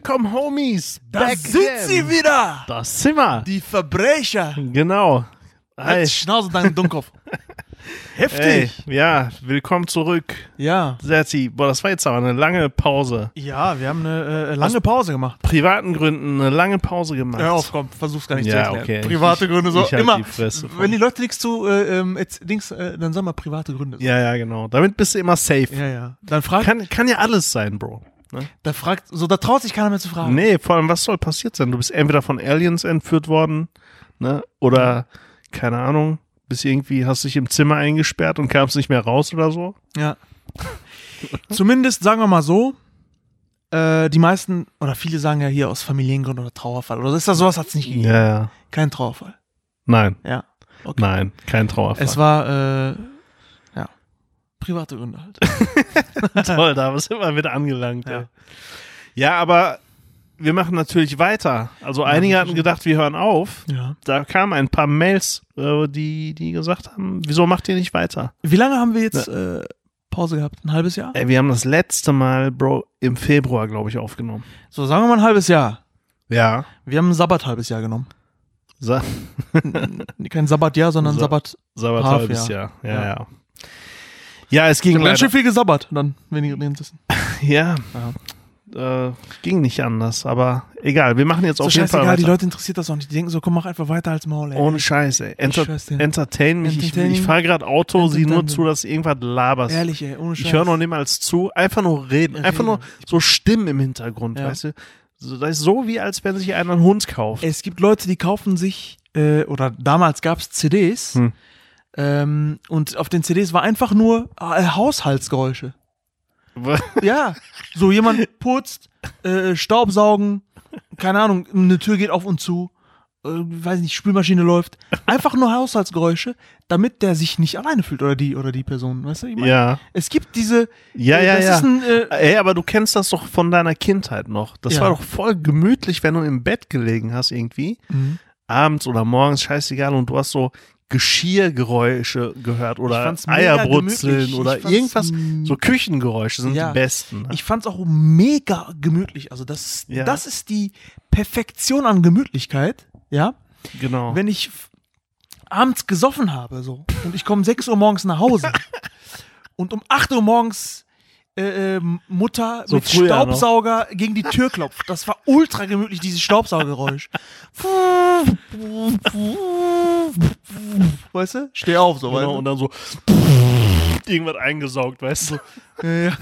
willkommen, Homies. Da sind sie wieder. Das sind wir. Die Verbrecher. Genau. Halt Schnauze, dein Dummkopf. Heftig. Ey, ja, willkommen zurück. Ja. Serti, boah, das war jetzt aber eine lange Pause. Ja, wir haben eine lange Pause gemacht. Privaten Gründen eine lange Pause gemacht. Hör auf, komm, versuch's gar nicht zu Ja, erklären. okay. Private Gründe, so ich halt immer. die Fresse voll. Wenn die Leute nichts zu, dann sag mal private Gründe. Ja, genau. Damit bist du immer safe. Ja. Dann fragt, Kann ja alles sein, Bro. Ne? da traut sich keiner mehr zu fragen. Nee, vor allem, was soll passiert sein? Du bist entweder von Aliens entführt worden, ne? Oder, keine Ahnung, hast dich im Zimmer eingesperrt und kamst nicht mehr raus oder so. Ja. Zumindest, sagen wir mal so, die meisten, oder viele sagen ja hier aus Familiengründen oder Trauerfall. Oder ist das sowas, hat es nicht gegeben? Ja. Kein Trauerfall. Nein. Ja. Okay. Nein, kein Trauerfall. Es war, private Gründe halt. Toll, da sind wir wieder angelangt. Ja. Ja, aber wir machen natürlich weiter. Also einige hatten gedacht, wir hören auf. Ja. Da kamen ein paar Mails, die gesagt haben, wieso macht ihr nicht weiter? Wie lange haben wir jetzt Pause gehabt? Ein halbes Jahr? Ey, wir haben das letzte Mal, Bro, im Februar, glaube ich, aufgenommen. So, sagen wir mal ein halbes Jahr. Ja. Wir haben ein Sabbat-halbes Jahr genommen. Kein Sabbatjahr, sondern Sabbat halbes Jahr. Ja. Ja, es ging ganz schön viel gesabbert, dann weniger wissen. Ja. Ging nicht anders, aber egal, wir machen jetzt auf jeden Fall weiter. Die Leute interessiert das auch nicht. Die denken so, komm, mach einfach weiter als Maul, ey. Ohne Scheiß, ey. Entertain mich. Ich fahre gerade Auto, sieh nur zu, dass du irgendwas laberst. Ehrlich, ey, ohne Scheiß. Ich höre noch niemals zu, einfach nur reden. Einfach nur so Stimmen im Hintergrund, weißt du? Das ist so, wie als wenn sich einer einen Hund kauft. Es gibt Leute, die kaufen sich, oder damals gab es CDs, und auf den CDs war einfach nur Haushaltsgeräusche. Ja, so jemand putzt, Staubsaugen, keine Ahnung, eine Tür geht auf und zu, weiß nicht, Spülmaschine läuft. Einfach nur Haushaltsgeräusche, damit der sich nicht alleine fühlt oder die Person, weißt du? Ich meine, ja. Es gibt diese... Ist ey, aber du kennst das doch von deiner Kindheit noch. Das war doch voll gemütlich, wenn du im Bett gelegen hast irgendwie, abends oder morgens, scheißegal, und du hast so Geschirrgeräusche gehört oder Eierbrutzeln oder irgendwas, so Küchengeräusche sind die besten. Ne? Ich fand's auch mega gemütlich, also das ist die Perfektion an Gemütlichkeit, ja? Genau. Wenn ich abends gesoffen habe, so, und ich komme 6 Uhr morgens nach Hause und um 8 Uhr morgens Mutter so mit Staubsauger gegen die Tür klopft. Das war ultra gemütlich, dieses Staubsaugergeräusch. Weißt du? Steh auf, so. Genau, und dann so irgendwas eingesaugt, weißt du? Ja.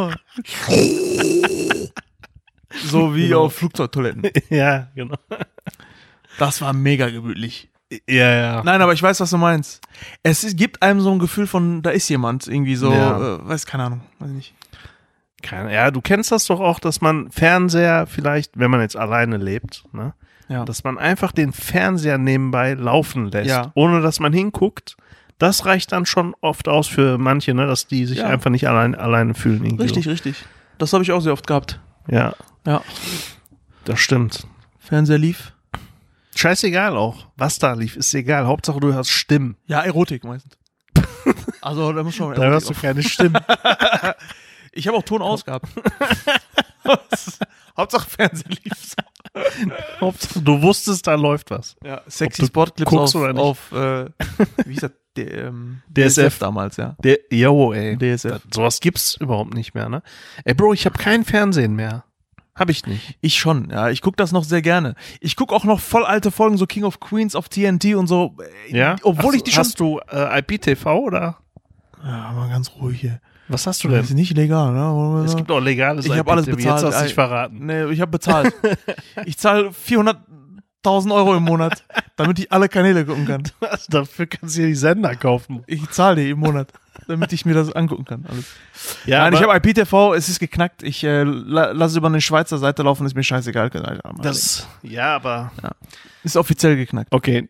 So wie auf Flugzeugtoiletten. Ja, genau. Das war mega gemütlich. Ja. Nein, aber ich weiß, was du meinst. Gibt einem so ein Gefühl von, da ist jemand irgendwie so, keine Ahnung, weiß ich nicht. Ja, du kennst das doch auch, dass man Fernseher vielleicht, wenn man jetzt alleine lebt, ne, dass man einfach den Fernseher nebenbei laufen lässt, ohne dass man hinguckt. Das reicht dann schon oft aus für manche, ne, dass die sich einfach nicht alleine fühlen. Irgendwie Richtig. Das habe ich auch sehr oft gehabt. Ja. Das stimmt. Fernseher lief. Scheißegal auch, was da lief, ist egal. Hauptsache du hörst Stimmen. Ja, Erotik meistens. Also da muss schon da hörst du keine Stimmen. Ich habe auch Ton ausgehabt. Hauptsache Fernseher lief. Hauptsache du wusstest, da läuft was. Ja, sexy Sportclips auf wie hieß das? DSF damals, ja. Ey. DSF. Sowas gibt's überhaupt nicht mehr, ne? Ey, Bro, ich habe kein Fernsehen mehr. Hab ich nicht. Ich schon, ja. Ich gucke das noch sehr gerne. Ich gucke auch noch voll alte Folgen, so King of Queens auf TNT und so. Ja? Obwohl ich die schon... Hast du IPTV oder? Ja, mal ganz ruhig hier. Was hast du denn? Das ist nicht legal, ne? Es gibt auch legales Ich habe alles bezahlt. Jetzt hast du dich verraten. Nee, ich habe bezahlt. Ich zahle 400.000 Euro im Monat, damit ich alle Kanäle gucken kann. Dafür kannst du dir die Sender kaufen. Ich zahle die im Monat, damit ich mir das angucken kann. Alles. Ja, nein, ich habe IPTV, es ist geknackt. Ich lasse es über eine Schweizer Seite laufen, ist mir scheißegal. Aber... Ja. Ist offiziell geknackt. Okay.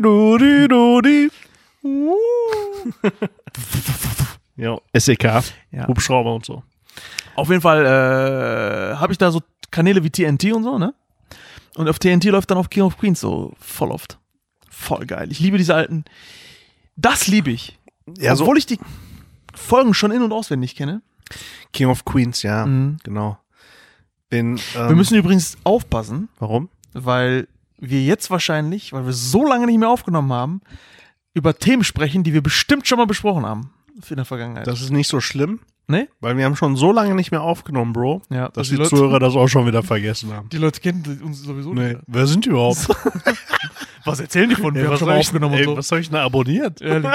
Ja, SEK, Hubschrauber und so. Auf jeden Fall habe ich da so Kanäle wie TNT und so, ne? Und auf TNT läuft dann auf King of Queens so voll oft. Voll geil. Ich liebe diese alten. Das liebe ich. Ja, obwohl ich die Folgen schon in- und auswendig kenne. King of Queens, ja, genau. Wir müssen übrigens aufpassen. Warum? Weil wir jetzt wahrscheinlich, weil wir so lange nicht mehr aufgenommen haben, über Themen sprechen, die wir bestimmt schon mal besprochen haben in der Vergangenheit. Das ist nicht so schlimm. Ne? Weil wir haben schon so lange nicht mehr aufgenommen, Bro, Ja, dass die Zuhörer das auch schon wieder vergessen haben. Die Leute kennen uns sowieso Nee. nicht. Wer sind die überhaupt? Was erzählen die von? Wir haben was schon mal hab ich, aufgenommen und so. was habe ich denn abonniert? Ehrlich.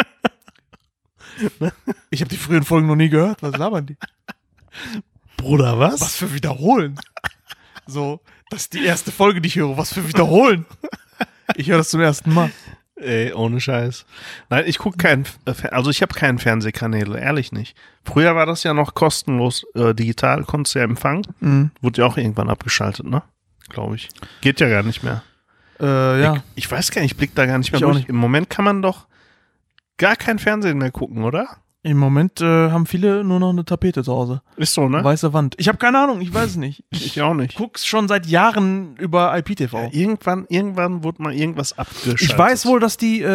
Ich habe die frühen Folgen noch nie gehört. Was labern die? Bruder, was? Was für Wiederholen? So, das ist die erste Folge, die ich höre. Was für Wiederholen? Ich höre das zum ersten Mal. Ey, ohne Scheiß. Nein, ich gucke also ich habe keinen Fernsehkanäle, ehrlich nicht. Früher war das ja noch kostenlos digital, konntest du ja empfangen. Mhm. Wurde ja auch irgendwann abgeschaltet, ne? Glaube ich. Geht ja gar nicht mehr. Ja. Ich weiß gar nicht, ich blick da gar nicht mehr Ich auch durch. nicht. Im Moment kann man doch gar kein Fernsehen mehr gucken, oder? Im Moment haben viele nur noch eine Tapete zu Hause. Ist so, ne? Weiße Wand. Ich habe keine Ahnung, ich weiß es nicht. Ich auch nicht. Guck's schon seit Jahren über IPTV. Ja, irgendwann wurde mal irgendwas abgeschaltet. Ich weiß wohl, dass die,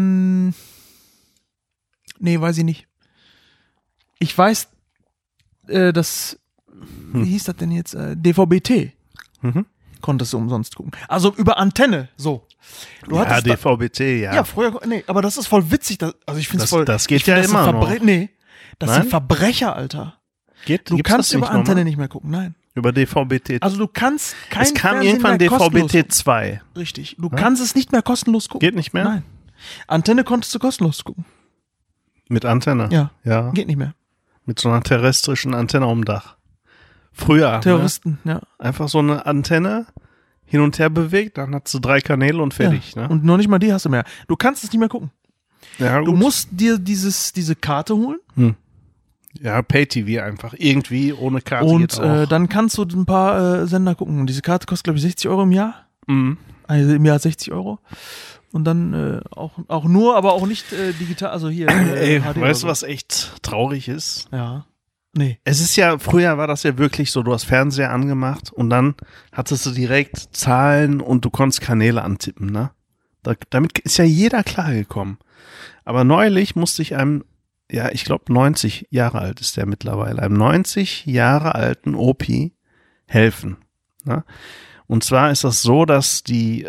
nee, weiß ich nicht. Ich weiß, dass, wie hieß das denn jetzt? DVB-T. Mhm. Konntest du umsonst gucken. Also über Antenne, so. Du Ja, hattest DVB-T, ja. ja, früher, nee, aber das ist voll witzig. Also ich finde es voll. Das geht ich find, ja das immer sind noch. Nee, das Nein? sind Verbrecher, Alter. Du Gibt's kannst das über nicht Antenne nochmal? nicht mehr gucken, nein. Über DVB-T. Also du kannst kein es kam Fernsehen irgendwann mehr kostenlos DVB-T 2. gucken. Richtig. Du kannst es nicht mehr kostenlos gucken. Geht nicht mehr? Nein. Antenne konntest du kostenlos gucken. Mit Antenne? Ja. Ja. Geht nicht mehr. Mit so einer terrestrischen Antenne am Dach. Früher. Terroristen, ja. Ne? Einfach so eine Antenne hin und her bewegt, dann hast du 3 Kanäle und fertig. Ja. Ne? Und noch nicht mal die hast du mehr. Du kannst es nicht mehr gucken. Ja, Du gut. musst dir diese Karte holen Ja, Pay-TV einfach. Irgendwie ohne Karte und geht auch. dann kannst du ein paar Sender gucken. Und diese Karte kostet, glaube ich, 60 Euro im Jahr. Mhm. Also im Jahr 60 Euro. Und dann auch nur, aber auch nicht digital, also hier. Ey, HD weißt du, oder was echt traurig ist? so. Ja. Nee. Es ist ja, früher war das ja wirklich so, du hast Fernseher angemacht und dann hattest du direkt Zahlen und du konntest Kanäle antippen, ne? Damit ist ja jeder klargekommen. Aber neulich musste ich einem, ja, ich glaube 90 Jahre alt ist der mittlerweile, einem 90 Jahre alten Opi helfen. Ne? Und zwar ist das so, dass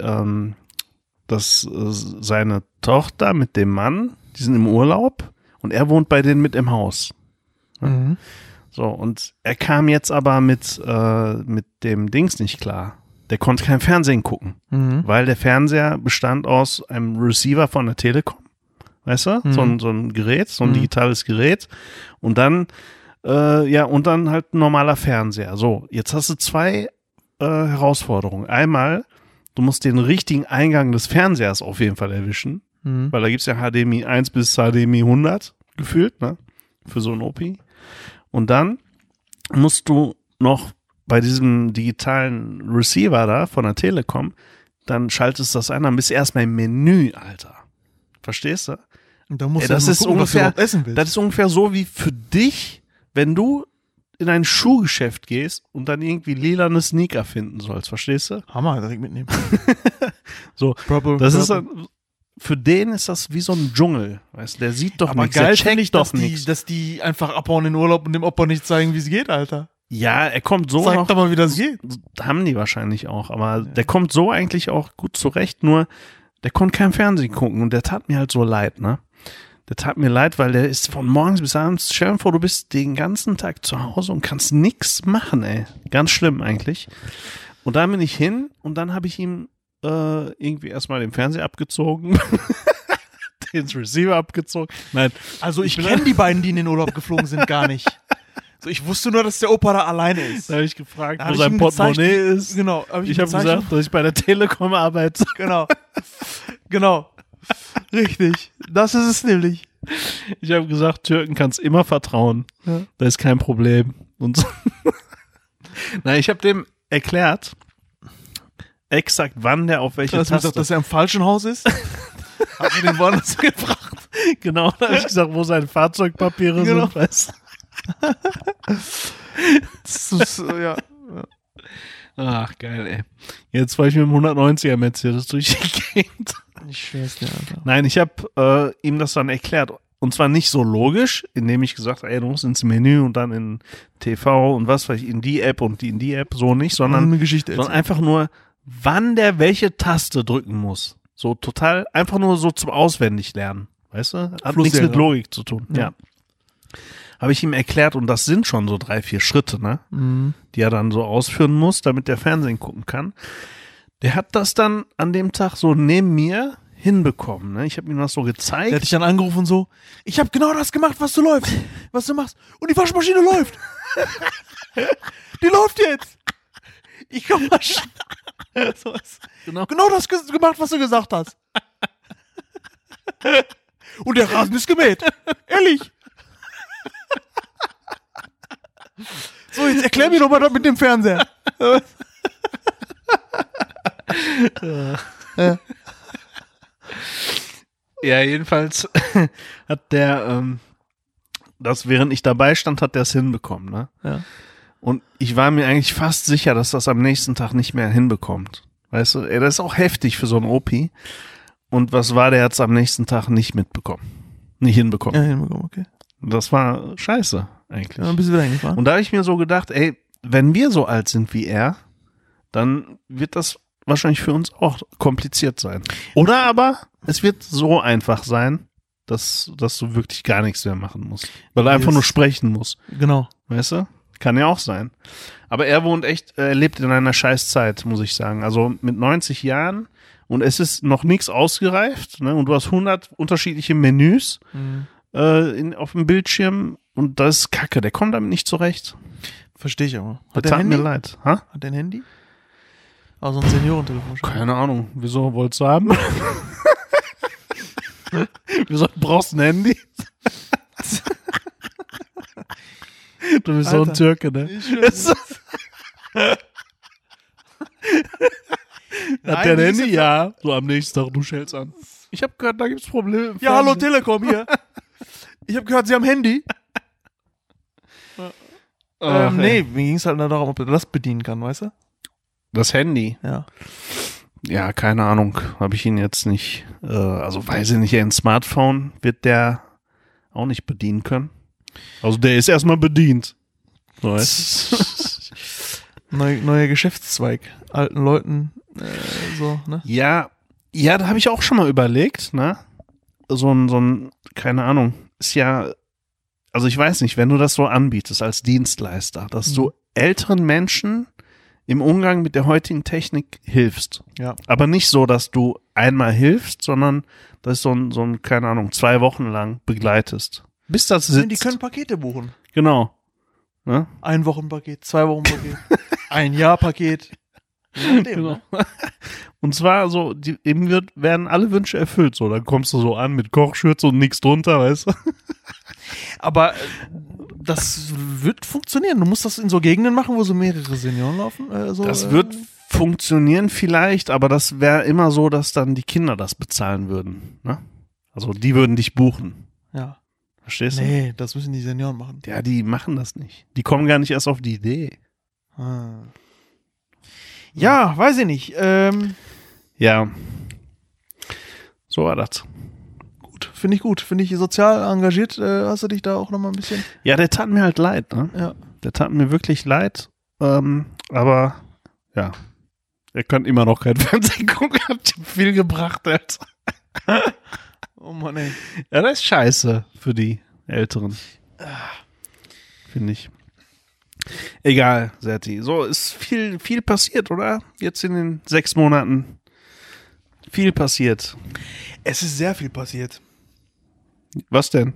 seine Tochter mit dem Mann, die sind im Urlaub und er wohnt bei denen mit im Haus. Mhm. So, und er kam jetzt aber mit dem Dings nicht klar. Der konnte kein Fernsehen gucken, weil der Fernseher bestand aus einem Receiver von der Telekom. Weißt du? So ein Gerät, so ein digitales Gerät. Und dann, und dann halt ein normaler Fernseher. So, jetzt hast du 2 Herausforderungen. Einmal, du musst den richtigen Eingang des Fernsehers auf jeden Fall erwischen, weil da gibt's ja HDMI 1 bis HDMI 100 gefühlt, ne? Für so ein OP. Und dann musst du noch bei diesem digitalen Receiver da von der Telekom, dann schaltest du das ein, dann bist du erstmal im Menü, Alter. Verstehst du? Und da musst Das du ist gucken, was du ungefähr, überhaupt essen willst. das ist ungefähr so wie für dich, wenn du in ein Schuhgeschäft gehst und dann irgendwie lilane Sneaker finden sollst. Verstehst du? Hammer, direkt mitnehmen. So, Proper, das ist für den ist das wie so ein Dschungel. Weißt du, der sieht doch aber nichts, geil der finde ich, checkt doch dass nichts. dass die einfach abhauen in den Urlaub und dem Opa nicht zeigen, wie es geht, Alter. Ja, er kommt so Zeig noch, doch mal, wie das geht. haben die wahrscheinlich auch, aber der kommt so eigentlich auch gut zurecht, nur der konnte kein Fernsehen gucken und der tat mir halt so leid, ne? Der tat mir leid, weil der ist von morgens bis abends, stell dir vor, du bist den ganzen Tag zu Hause und kannst nix machen, ey. Ganz schlimm eigentlich. Und da bin ich hin und dann habe ich ihm irgendwie erstmal den Fernseher abgezogen, den Receiver abgezogen. Nein, Also ich kenne die beiden, die in den Urlaub geflogen sind, gar nicht. So, ich wusste nur, dass der Opa da alleine ist. da habe ich gefragt, Da wo hab ich sein ihm gezeigt, Portemonnaie ist. Genau. Ich habe gesagt, dass ich bei der Telekom arbeite. Genau. Genau. Richtig. Das ist es nämlich. Ich habe gesagt, Türken kannst immer vertrauen. Ja. Da ist kein Problem. Und so. Nein, ich habe dem erklärt, exakt wann der auf welche Du hast mir Taste. gesagt, dass er im falschen Haus ist. Hast du den woanders gefragt? Genau, da habe ich gesagt, wo seine Fahrzeugpapiere Genau. sind. Weißt Das ist, ja. du? Ach, geil, ey. Jetzt fahre ich mit dem 190er Mercedes durch die Gegend. Ich schwör's dir, Alter. Nein, ich habe ihm das dann erklärt. Und zwar nicht so logisch, indem ich gesagt habe, ey, du musst ins Menü und dann in TV und was weiß ich, in die App und in die App, so nicht, sondern einfach nur, wann der welche Taste drücken muss. So total, einfach nur so zum Auswendiglernen. Weißt du? Hat nichts mit Logik zu tun. Ja. Habe ich ihm erklärt und das sind schon so 3-4 Schritte, ne? Die er dann so ausführen muss, damit der Fernsehen gucken kann. Der hat das dann an dem Tag so neben mir hinbekommen, ne? Ich habe ihm das so gezeigt. Der hat dich dann angerufen und so, ich habe genau das gemacht, was du machst. Und die Waschmaschine läuft. Die läuft jetzt. Ich kann waschen. Genau das gemacht, was du gesagt hast. Und der Rasen ist gemäht. Ehrlich. So, jetzt erklär mir doch mal das mit dem Fernseher. Ja, jedenfalls hat der das, während ich dabei stand, hat der es hinbekommen, ne? Ja. Und ich war mir eigentlich fast sicher, dass das am nächsten Tag nicht mehr hinbekommt. Weißt du, das ist auch heftig für so einen OP. Und was war, der hat's am nächsten Tag nicht hinbekommen. Ja, hinbekommen, okay. Das war scheiße, eigentlich. Ja, dann bist du wieder hingefahren. Und da habe ich mir so gedacht, ey, wenn wir so alt sind wie er, dann wird das wahrscheinlich für uns auch kompliziert sein. Oder aber es wird so einfach sein, dass du wirklich gar nichts mehr machen musst. Weil er einfach nur sprechen muss. Genau. Weißt du? Kann ja auch sein. Aber er lebt in einer Scheißzeit, muss ich sagen. Also mit 90 Jahren und es ist noch nichts ausgereift, ne? Und du hast 100 unterschiedliche Menüs auf dem Bildschirm und das ist Kacke. Der kommt damit nicht zurecht. Verstehe ich aber. Hat der mir leid. Ha? Hat der ein Handy? Also ein Seniorentelefon schon. Keine Ahnung. Wieso wolltest du haben? Wieso brauchst du ein Handy? Du bist so ein Türke, ne? Hat der ein Handy? Ja. So am nächsten Tag, du schellst an. Ich habe gehört, da gibt's Probleme. Ja, hallo Telekom hier. Ich habe gehört, Sie haben Handy. Nee, mir ging es halt nur darum, ob er das bedienen kann, weißt du? Das Handy? Ja. Ja, keine Ahnung. Habe ich ihn jetzt nicht. Also weiß ich nicht, ein Smartphone wird der auch nicht bedienen können. Also der ist erstmal bedient. So, Neuer Geschäftszweig. Alten Leuten so, ne? Ja, da habe ich auch schon mal überlegt, ne? So ein, keine Ahnung, ist ja, also ich weiß nicht, wenn du das so anbietest als Dienstleister, dass du älteren Menschen im Umgang mit der heutigen Technik hilfst. Ja. Aber nicht so, dass du einmal hilfst, sondern das ist so ein, keine Ahnung, 2 Wochen lang begleitest. Bis das sitzt. Die können Pakete buchen. Genau. Ne? 1 Wochenpaket, 2 Wochenpaket, 1 Jahr-Paket. Genau. Und zwar so, werden alle Wünsche erfüllt. So, dann kommst du so an mit Kochschürze und nichts drunter, weißt du? Aber das wird funktionieren. Du musst das in so Gegenden machen, wo so mehrere Senioren laufen. Das wird funktionieren vielleicht, aber das wäre immer so, dass dann die Kinder das bezahlen würden. Ne? Also die würden dich buchen. Ja. Verstehst du? Nee, das müssen die Senioren machen. Ja, die machen das nicht. Die kommen gar nicht erst auf die Idee. Ja, weiß ich nicht. Ja. So war das. Gut, finde ich gut. Finde ich sozial engagiert. Hast du dich da auch nochmal ein bisschen? Ja, der tat mir halt leid, ne? Ja. Der tat mir wirklich leid. Aber, ja. Er kann immer noch kein Fernsehen gucken. Hat viel gebracht, Alter. Oh Mann, ey. Ja, das ist scheiße für die Älteren. Finde ich. Egal, Serti. So, ist viel passiert, oder? Jetzt in den 6 Monaten. Viel passiert. Es ist sehr viel passiert. Was denn?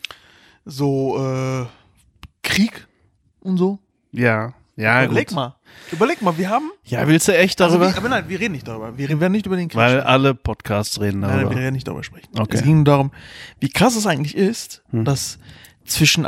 So, Krieg und so. Ja. Ja, Überleg mal, wir haben... Ja, willst du echt darüber? Aber nein, wir reden nicht darüber. Wir werden nicht über den Krieg Weil sprechen. alle Podcasts reden darüber. Nein, wir werden nicht darüber sprechen. Okay. Es ging nur darum, wie krass es eigentlich ist, dass zwischen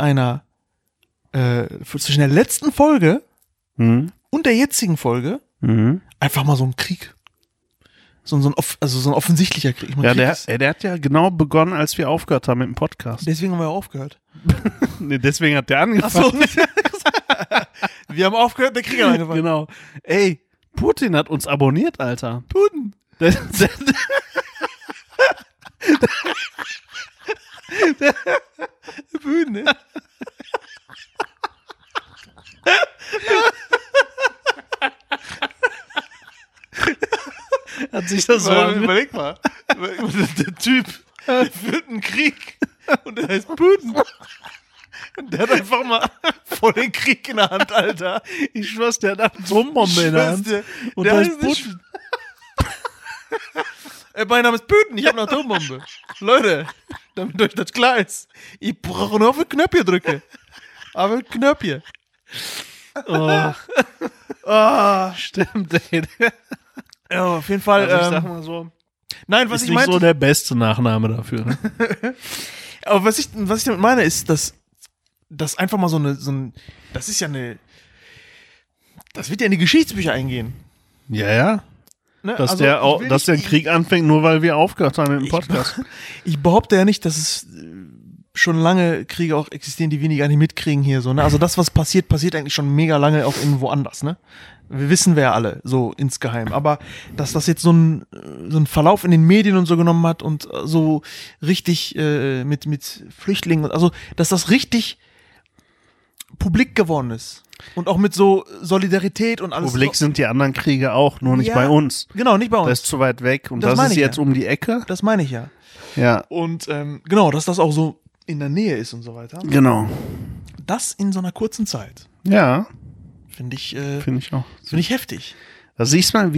der letzten Folge und der jetzigen Folge einfach mal so ein Krieg. So ein offensichtlicher Krieg. Ja, der hat ja genau begonnen, als wir aufgehört haben mit dem Podcast. Deswegen haben wir aufgehört. Nee, deswegen hat der angefangen. Ach so. Wir haben aufgehört, der Krieg hat angefangen. Genau. Ey, Putin hat uns abonniert, Alter. Putin. hört sich das so an. Überleg mal. Der Typ, der führt einen Krieg und der heißt Putin. Und der hat einfach mal voll den Krieg in der Hand, Alter. Ich schwör's, der hat eine Atombombe in der Hand. Und der heißt Putin. Mein Name ist Putin, ich habe eine Atombombe. Leute, damit euch das klar ist. Ich brauche nur auf ein Knöpfchen drücken. Auf ein Knöpfchen. Stimmt, ey. Ja, auf jeden Fall. Also ich sag mal so. Nein, was ist ich nicht meinte. so der beste Nachname dafür. Ne? Aber was ich damit meine, ist, dass das einfach mal das ist ja das wird ja in die Geschichtsbücher eingehen. Ja. Ne? Dass Also, der Krieg anfängt, nur weil wir aufgehört haben mit dem Podcast. Ich behaupte ja nicht, dass es schon lange Kriege auch existieren, die wir gar nicht mitkriegen hier so, ne? Also das, was passiert eigentlich schon mega lange auch irgendwo anders, ne? Wir wissen wir ja alle, so insgeheim. Aber dass das jetzt so ein Verlauf in den Medien und so genommen hat und so richtig mit Flüchtlingen, also dass das richtig publik geworden ist. Und auch mit so Solidarität und alles. Publik sind die anderen Kriege auch, nur nicht bei uns. Genau, nicht bei uns. Das ist zu weit weg und das ist jetzt um die Ecke. Das meine ich ja. Ja. Und genau, dass das auch so in der Nähe ist und so weiter. Genau. Das in so einer kurzen Zeit. Ja. Finde ich auch. Finde ich heftig. Da siehst du mal,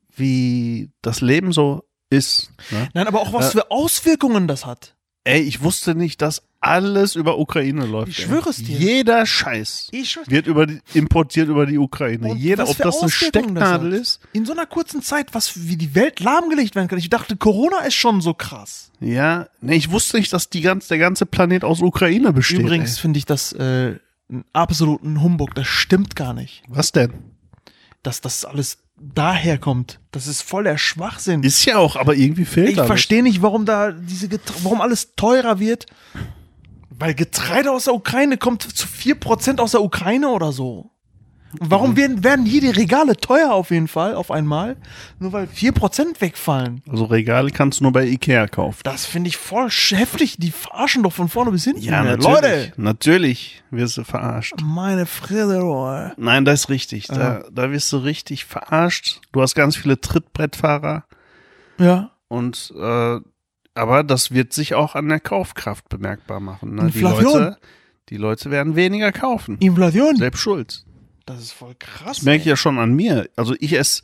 wie das Leben so ist. Ne? Nein, aber auch was für Auswirkungen das hat. Ey, ich wusste nicht, dass alles über Ukraine läuft. Ich schwöre es dir. Jeder Scheiß wird importiert über die Ukraine. Und Jeder, ob das eine Stecknadel ist. In so einer kurzen Zeit, wie die Welt lahmgelegt werden kann. Ich dachte, Corona ist schon so krass. Ja, ich wusste nicht, dass der ganze Planet aus Ukraine besteht. Übrigens finde ich das einen absoluten Humbug. Das stimmt gar nicht. Was denn? Dass das alles daher kommt. Das ist voll der Schwachsinn. Ist ja auch, aber irgendwie fehlt Ich verstehe nicht, warum warum alles teurer wird. Weil Getreide aus der Ukraine kommt zu 4% aus der Ukraine oder so. Und warum werden hier die Regale teuer auf jeden Fall, auf einmal? Nur weil 4% wegfallen. Also Regale kannst du nur bei Ikea kaufen. Das finde ich voll heftig. Die verarschen doch von vorne bis hinten. Ja, natürlich. Leute! Natürlich wirst du verarscht. Meine Fresse, Roy. Nein, das ist richtig. Da wirst du richtig verarscht. Du hast ganz viele Trittbrettfahrer. Ja. Und, aber das wird sich auch an der Kaufkraft bemerkbar machen. Ne? Inflation. Die Leute werden weniger kaufen. Inflation. Selbst schuld. Das ist voll krass. Das merke ich ja schon an mir. Also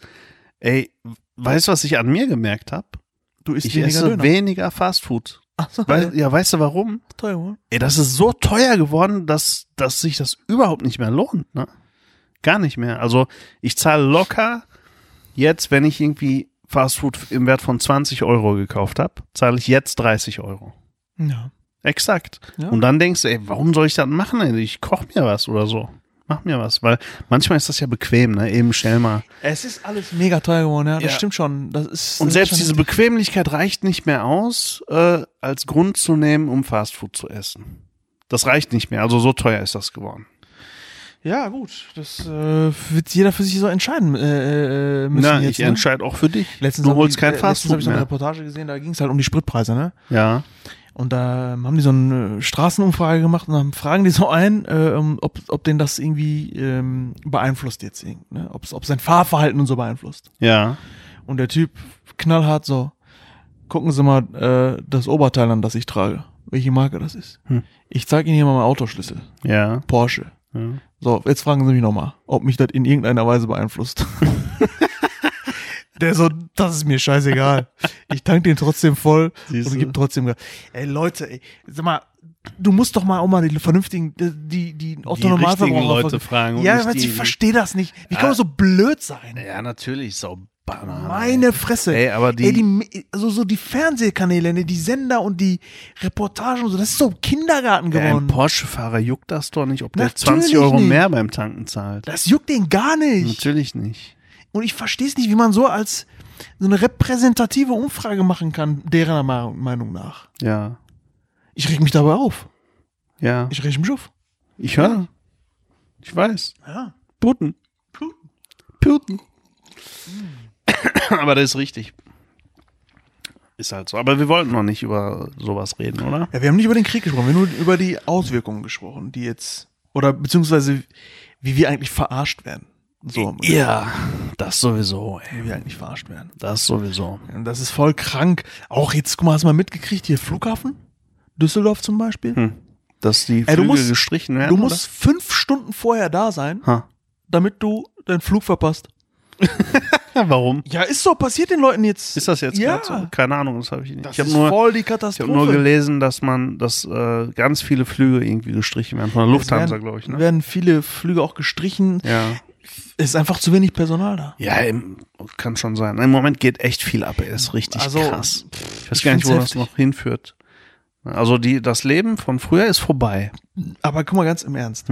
weißt du, was ich an mir gemerkt habe? Ich esse weniger Fastfood. Ach so, weißt du warum? Teuer. Das ist so teuer geworden, dass sich das überhaupt nicht mehr lohnt. Ne? Gar nicht mehr. Also ich zahle locker jetzt, wenn ich irgendwie Fastfood im Wert von 20 Euro gekauft habe, zahle ich jetzt 30 Euro. Ja. Exakt. Ja. Und dann denkst du, warum soll ich das machen? Ich koche mir was oder so. Mach mir was, weil manchmal ist das ja bequem, ne? Eben schnell mal. Es ist alles mega teuer geworden, ja. Das stimmt schon. Und selbst diese Bequemlichkeit reicht nicht mehr aus, als Grund zu nehmen, um Fastfood zu essen. Das reicht nicht mehr. Also so teuer ist das geworden. Ja, gut. Das wird jeder für sich so entscheiden müssen. Na, jetzt, ich entscheide auch für dich. Du holst kein Fastfood mehr. Letztens habe ich so eine mehr. Reportage gesehen, da ging es halt um die Spritpreise, ne? Ja. Und da haben die so eine Straßenumfrage gemacht und dann fragen die so ein, ob den das irgendwie beeinflusst jetzt, ne? Ob sein Fahrverhalten und so beeinflusst. Ja. Und der Typ knallhart so, gucken Sie mal das Oberteil an, das ich trage. Welche Marke das ist. Ich zeige Ihnen hier mal meinen Autoschlüssel. Ja. Porsche. Ja. So, jetzt fragen Sie mich nochmal, ob mich das in irgendeiner Weise beeinflusst. Der so, das ist mir scheißegal. Ich tank den trotzdem voll und gebe trotzdem Gas. Ey, Leute, sag mal, du musst doch mal auch mal die vernünftigen, die Autonormalverbraucher Leute fragen. Ja, weil ich verstehe das nicht. Wie kann man so blöd sein? Ja, natürlich, so Banane. Meine Fresse. Ey, aber so die Fernsehkanäle, ne, die Sender und die Reportagen und so, das ist so Kindergarten geworden. Ein Porsche-Fahrer juckt das doch nicht, ob der Natürlich 20 Euro nicht. mehr beim Tanken zahlt. Das juckt den gar nicht. Natürlich nicht. Und ich verstehe es nicht, wie man so als so eine repräsentative Umfrage machen kann, deren Meinung nach. Ja. Ich reg mich dabei auf. Ja. Ich reg mich auf. Ich höre. Ich weiß. Ja. Putin. Aber das ist richtig. Ist halt so. Aber wir wollten noch nicht über sowas reden, oder? Ja, wir haben nicht über den Krieg gesprochen, wir haben nur über die Auswirkungen gesprochen, die jetzt, oder beziehungsweise wie wir eigentlich verarscht werden. So. Ja, Das sowieso, ey. Die will halt nicht verarscht werden. Das sowieso. Und das ist voll krank. Auch jetzt, guck mal, hast du mal mitgekriegt, hier Flughafen? Düsseldorf zum Beispiel? Dass die Flüge gestrichen werden? Du musst 5 Stunden vorher da sein, damit du deinen Flug verpasst. Warum? Ja, ist so, passiert den Leuten jetzt. Ist das jetzt gerade so? Keine Ahnung, das habe ich nicht. Das ist voll die Katastrophe. Ich habe nur gelesen, dass ganz viele Flüge irgendwie gestrichen werden. Von der Lufthansa, glaube ich. Ne? Werden viele Flüge auch gestrichen. Ja. Es ist einfach zu wenig Personal da. Ja, kann schon sein. Im Moment geht echt viel ab, ey. Das ist richtig krass. Ich weiß gar nicht, wo das noch hinführt. Also das Leben von früher ist vorbei. Aber guck mal ganz im Ernst.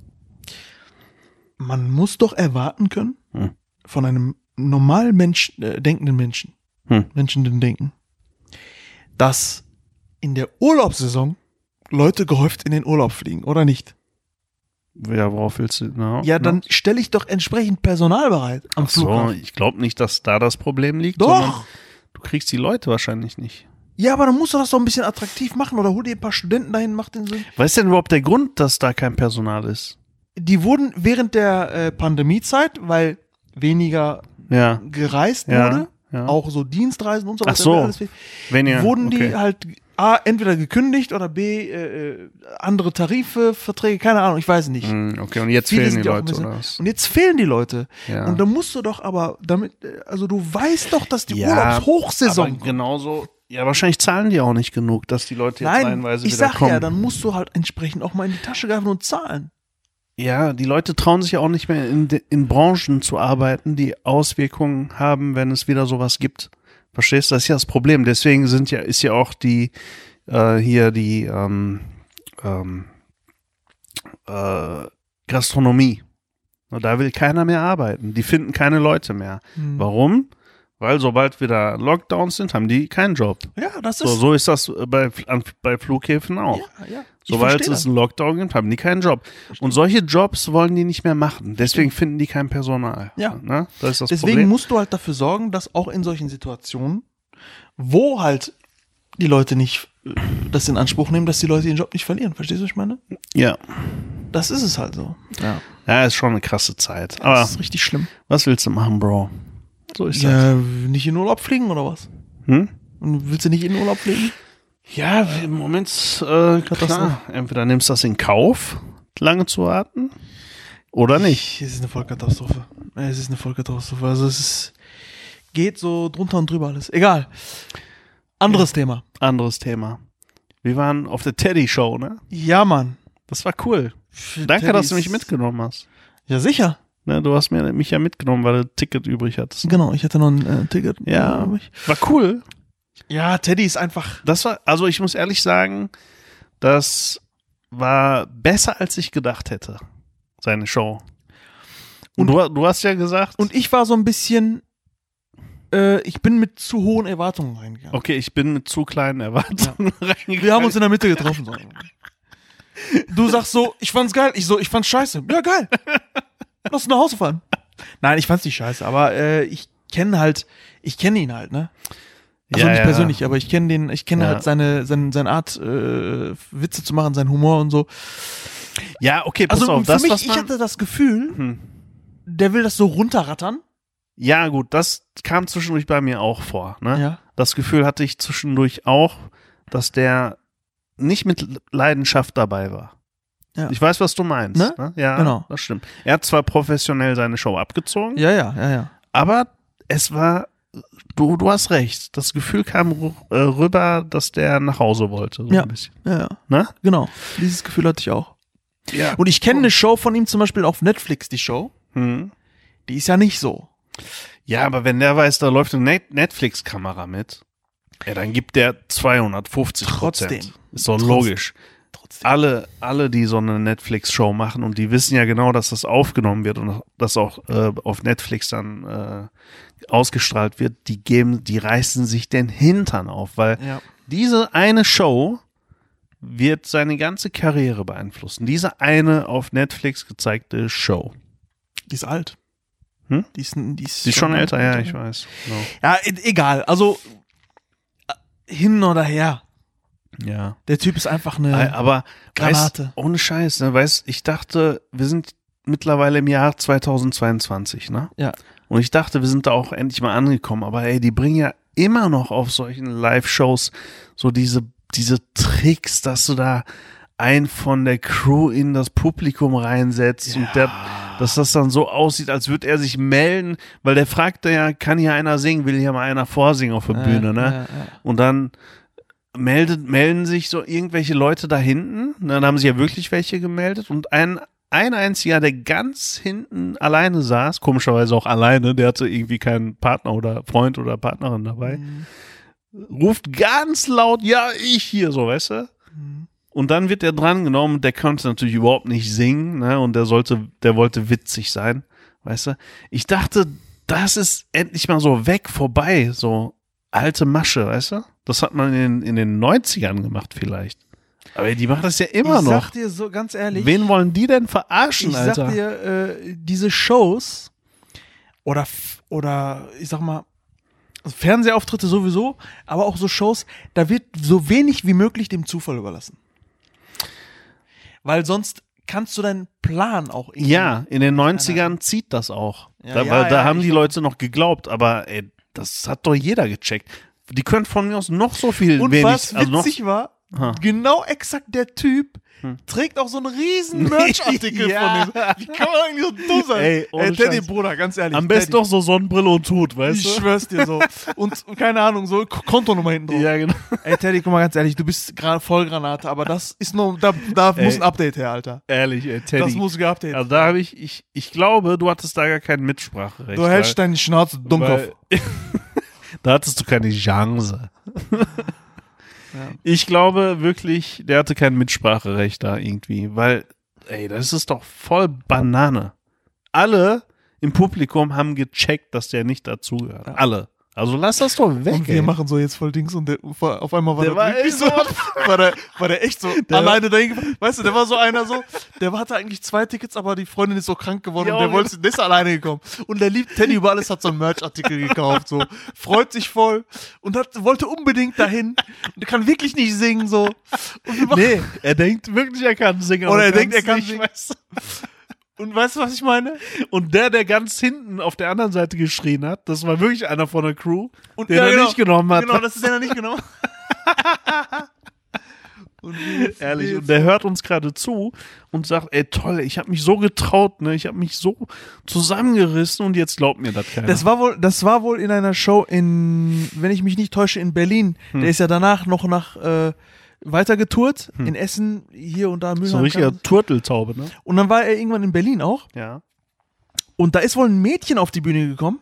Man muss doch erwarten können von einem normal denkenden Menschen, menschenden Denken, dass in der Urlaubssaison Leute gehäuft in den Urlaub fliegen, oder nicht? Ja, worauf willst du? Dann stelle ich doch entsprechend Personal bereit am Flughafen. Ich glaube nicht, dass da das Problem liegt. Doch! Du kriegst die Leute wahrscheinlich nicht. Ja, aber dann musst du das doch ein bisschen attraktiv machen oder hol dir ein paar Studenten dahin, mach den Sinn. Was ist denn überhaupt der Grund, dass da kein Personal ist? Die wurden während der Pandemiezeit, weil weniger gereist wurde, auch so Dienstreisen und so weiter. Ach so, wurden die halt A, entweder gekündigt oder B, andere Tarife, Verträge, keine Ahnung, ich weiß nicht. Okay, und jetzt fehlen die Leute, oder was? Und jetzt fehlen die Leute. Ja. Und da musst du doch aber also du weißt doch, dass die Urlaubshochsaison aber genauso, wahrscheinlich zahlen die auch nicht genug, dass die Leute jetzt reihenweise wieder kommen. Ja, dann musst du halt entsprechend auch mal in die Tasche greifen und zahlen. Ja, die Leute trauen sich ja auch nicht mehr in Branchen zu arbeiten, die Auswirkungen haben, wenn es wieder sowas gibt. Verstehst du? Das ist ja das Problem. Deswegen ist ja auch die Gastronomie. Und da will keiner mehr arbeiten. Die finden keine Leute mehr. Warum? Weil sobald wieder Lockdowns sind, haben die keinen Job. Ja, das ist so ist das bei Flughäfen auch. Ja. Sobald es einen Lockdown gibt, haben die keinen Job. Und solche Jobs wollen die nicht mehr machen. Deswegen finden die kein Personal. Ja. Ne? Das ist das Deswegen Problem. musst du halt dafür sorgen, dass auch in solchen Situationen, wo halt die Leute nicht das in Anspruch nehmen, dass die Leute ihren Job nicht verlieren. Verstehst du, was ich meine? Ja. Das ist es halt so. Ja, ist schon eine krasse Zeit. Aber das ist richtig schlimm. Was willst du machen, Bro? So ist das. Ja, nicht in Urlaub fliegen oder was? Und willst du nicht in Urlaub fliegen? Ja, im Moment klar. Entweder nimmst du das in Kauf, lange zu warten, oder nicht. Es ist eine Vollkatastrophe. Also geht so drunter und drüber alles. Egal. Anderes Thema. Wir waren auf der Teddy-Show, ne? Ja, Mann. Das war cool. Danke, dass du mich mitgenommen hast. Ja, sicher. Ne, du hast mich ja mitgenommen, weil du ein Ticket übrig hattest. Genau, ich hatte noch ein Ticket. Ja, war cool. Ja, Teddy ist einfach... Also ich muss ehrlich sagen, das war besser, als ich gedacht hätte, seine Show. Und du hast ja gesagt... Und ich war so ein bisschen... ich bin mit zu hohen Erwartungen reingegangen. Okay, ich bin mit zu kleinen Erwartungen reingegangen. Wir haben uns in der Mitte getroffen. So. Du sagst so, ich fand's geil. Ich fand's scheiße. Ja, geil. Lass uns nach Hause fahren. Nein, ich fand's nicht scheiße, aber ich kenne ihn halt, ne? Also nicht persönlich, aber ich kenne halt seine Art, Witze zu machen, seinen Humor und so. Ja, okay, pass also auf. Für mich, ich hatte das Gefühl, der will das so runterrattern. Ja, gut, das kam zwischendurch bei mir auch vor, ne? Ja. Das Gefühl hatte ich zwischendurch auch, dass der nicht mit Leidenschaft dabei war. Ja. Ich weiß, was du meinst. Ne? Ja, genau. Das stimmt. Er hat zwar professionell seine Show abgezogen. Ja. Aber es war, du hast recht. Das Gefühl kam rüber, dass der nach Hause wollte. So ein bisschen. Ja. Ne? Genau. Dieses Gefühl hatte ich auch. Ja. Und ich kenne eine Show von ihm zum Beispiel auf Netflix, die Show. Die ist ja nicht so. Ja, aber wenn der weiß, da läuft eine Netflix-Kamera mit, ja, dann gibt der 250%. Trotzdem. Ist doch logisch. Alle, die so eine Netflix-Show machen und die wissen ja genau, dass das aufgenommen wird und das auch auf Netflix dann ausgestrahlt wird, die reißen sich den Hintern auf, weil diese eine Show wird seine ganze Karriere beeinflussen. Diese eine auf Netflix gezeigte Show. Die ist alt. Die ist schon älter, ja, ich weiß. Genau. Ja, egal. Also hin oder her. Ja. Der Typ ist einfach eine Granate. Ohne Scheiß, ne? Ich dachte, wir sind mittlerweile im Jahr 2022, ne? Ja. Und ich dachte, wir sind da auch endlich mal angekommen. Aber ey, die bringen ja immer noch auf solchen Live-Shows so diese Tricks, dass du da einen von der Crew in das Publikum reinsetzt und dass das dann so aussieht, als würde er sich melden, weil der fragt ja, kann hier einer singen, will hier mal einer vorsingen auf der Bühne, ne? Und dann melden sich so irgendwelche Leute da hinten, dann haben sich ja wirklich welche gemeldet und ein einziger, der ganz hinten alleine saß, komischerweise auch alleine, der hatte irgendwie keinen Partner oder Freund oder Partnerin dabei, ruft ganz laut, ja, ich hier, so, weißt du? Und dann wird der drangenommen, der konnte natürlich überhaupt nicht singen, ne? Und der wollte witzig sein, weißt du? Ich dachte, das ist endlich mal so vorbei, so alte Masche, weißt du? Das hat man in den 90ern gemacht vielleicht. Aber die machen das ja immer noch. Ich sag dir so ganz ehrlich. Wen wollen die denn verarschen, Alter? Ich sag dir, diese Shows oder ich sag mal, Fernsehauftritte sowieso, aber auch so Shows, da wird so wenig wie möglich dem Zufall überlassen. Weil sonst kannst du deinen Plan auch irgendwie. Ja, in den 90ern zieht das auch. Da haben die Leute noch geglaubt, aber ey, das hat doch jeder gecheckt. Die können von mir aus noch so viel und wenig. Was witzig war, genau exakt der Typ trägt auch so einen riesen Merch-Artikel von dem. Wie kann man eigentlich so dumm sein? Ey Teddy, Bruder, ganz ehrlich. Am besten doch so Sonnenbrille und Hut, weißt du? Ich schwör's dir so. Und keine Ahnung, so Kontonummer hinten drauf. Ja, genau. Ey Teddy, guck mal ganz ehrlich, du bist gerade Vollgranate, aber das ist noch, da muss ein Update her, Alter. Ehrlich, ey, Teddy. Das muss geupdatet. Also da habe ich glaube, du hattest da gar kein Mitspracherecht. Du hältst deine Schnauze, Dummkopf. Da hattest du keine Chance. Ja. Ich glaube wirklich, der hatte kein Mitspracherecht da irgendwie, weil, ey, das ist doch voll Banane. Alle im Publikum haben gecheckt, dass der nicht dazugehört. Ja. Alle. Also lass das doch weg. Und wir machen so jetzt voll Dings und auf einmal war der wirklich so, war der echt so alleine dahin. Weißt du, der war so einer so, der hatte eigentlich 2 Tickets, aber die Freundin ist so krank geworden und der ist alleine gekommen. Und der liebt Teddy über alles, hat so einen Merch-Artikel gekauft, so. Freut sich voll und wollte unbedingt dahin und er kann wirklich nicht singen, so. Und nee, er denkt wirklich, er kann singen. Oder er denkt, er kann nicht singen. Weißt du? Und weißt du, was ich meine? Und der ganz hinten auf der anderen Seite geschrien hat, das war wirklich einer von der Crew, und den er nicht genommen hat. Genau, das ist der nicht genommen. Und ehrlich, und der hört uns gerade zu und sagt, ey toll, ich habe mich so getraut, ne, ich habe mich so zusammengerissen und jetzt glaubt mir das keiner. Das war wohl in einer Show wenn ich mich nicht täusche, in Berlin. Der ist ja danach noch nach weiter getourt, in Essen, hier und da. So ein richtiger Turteltaube, ne? Und dann war er irgendwann in Berlin auch. Ja. Und da ist wohl ein Mädchen auf die Bühne gekommen.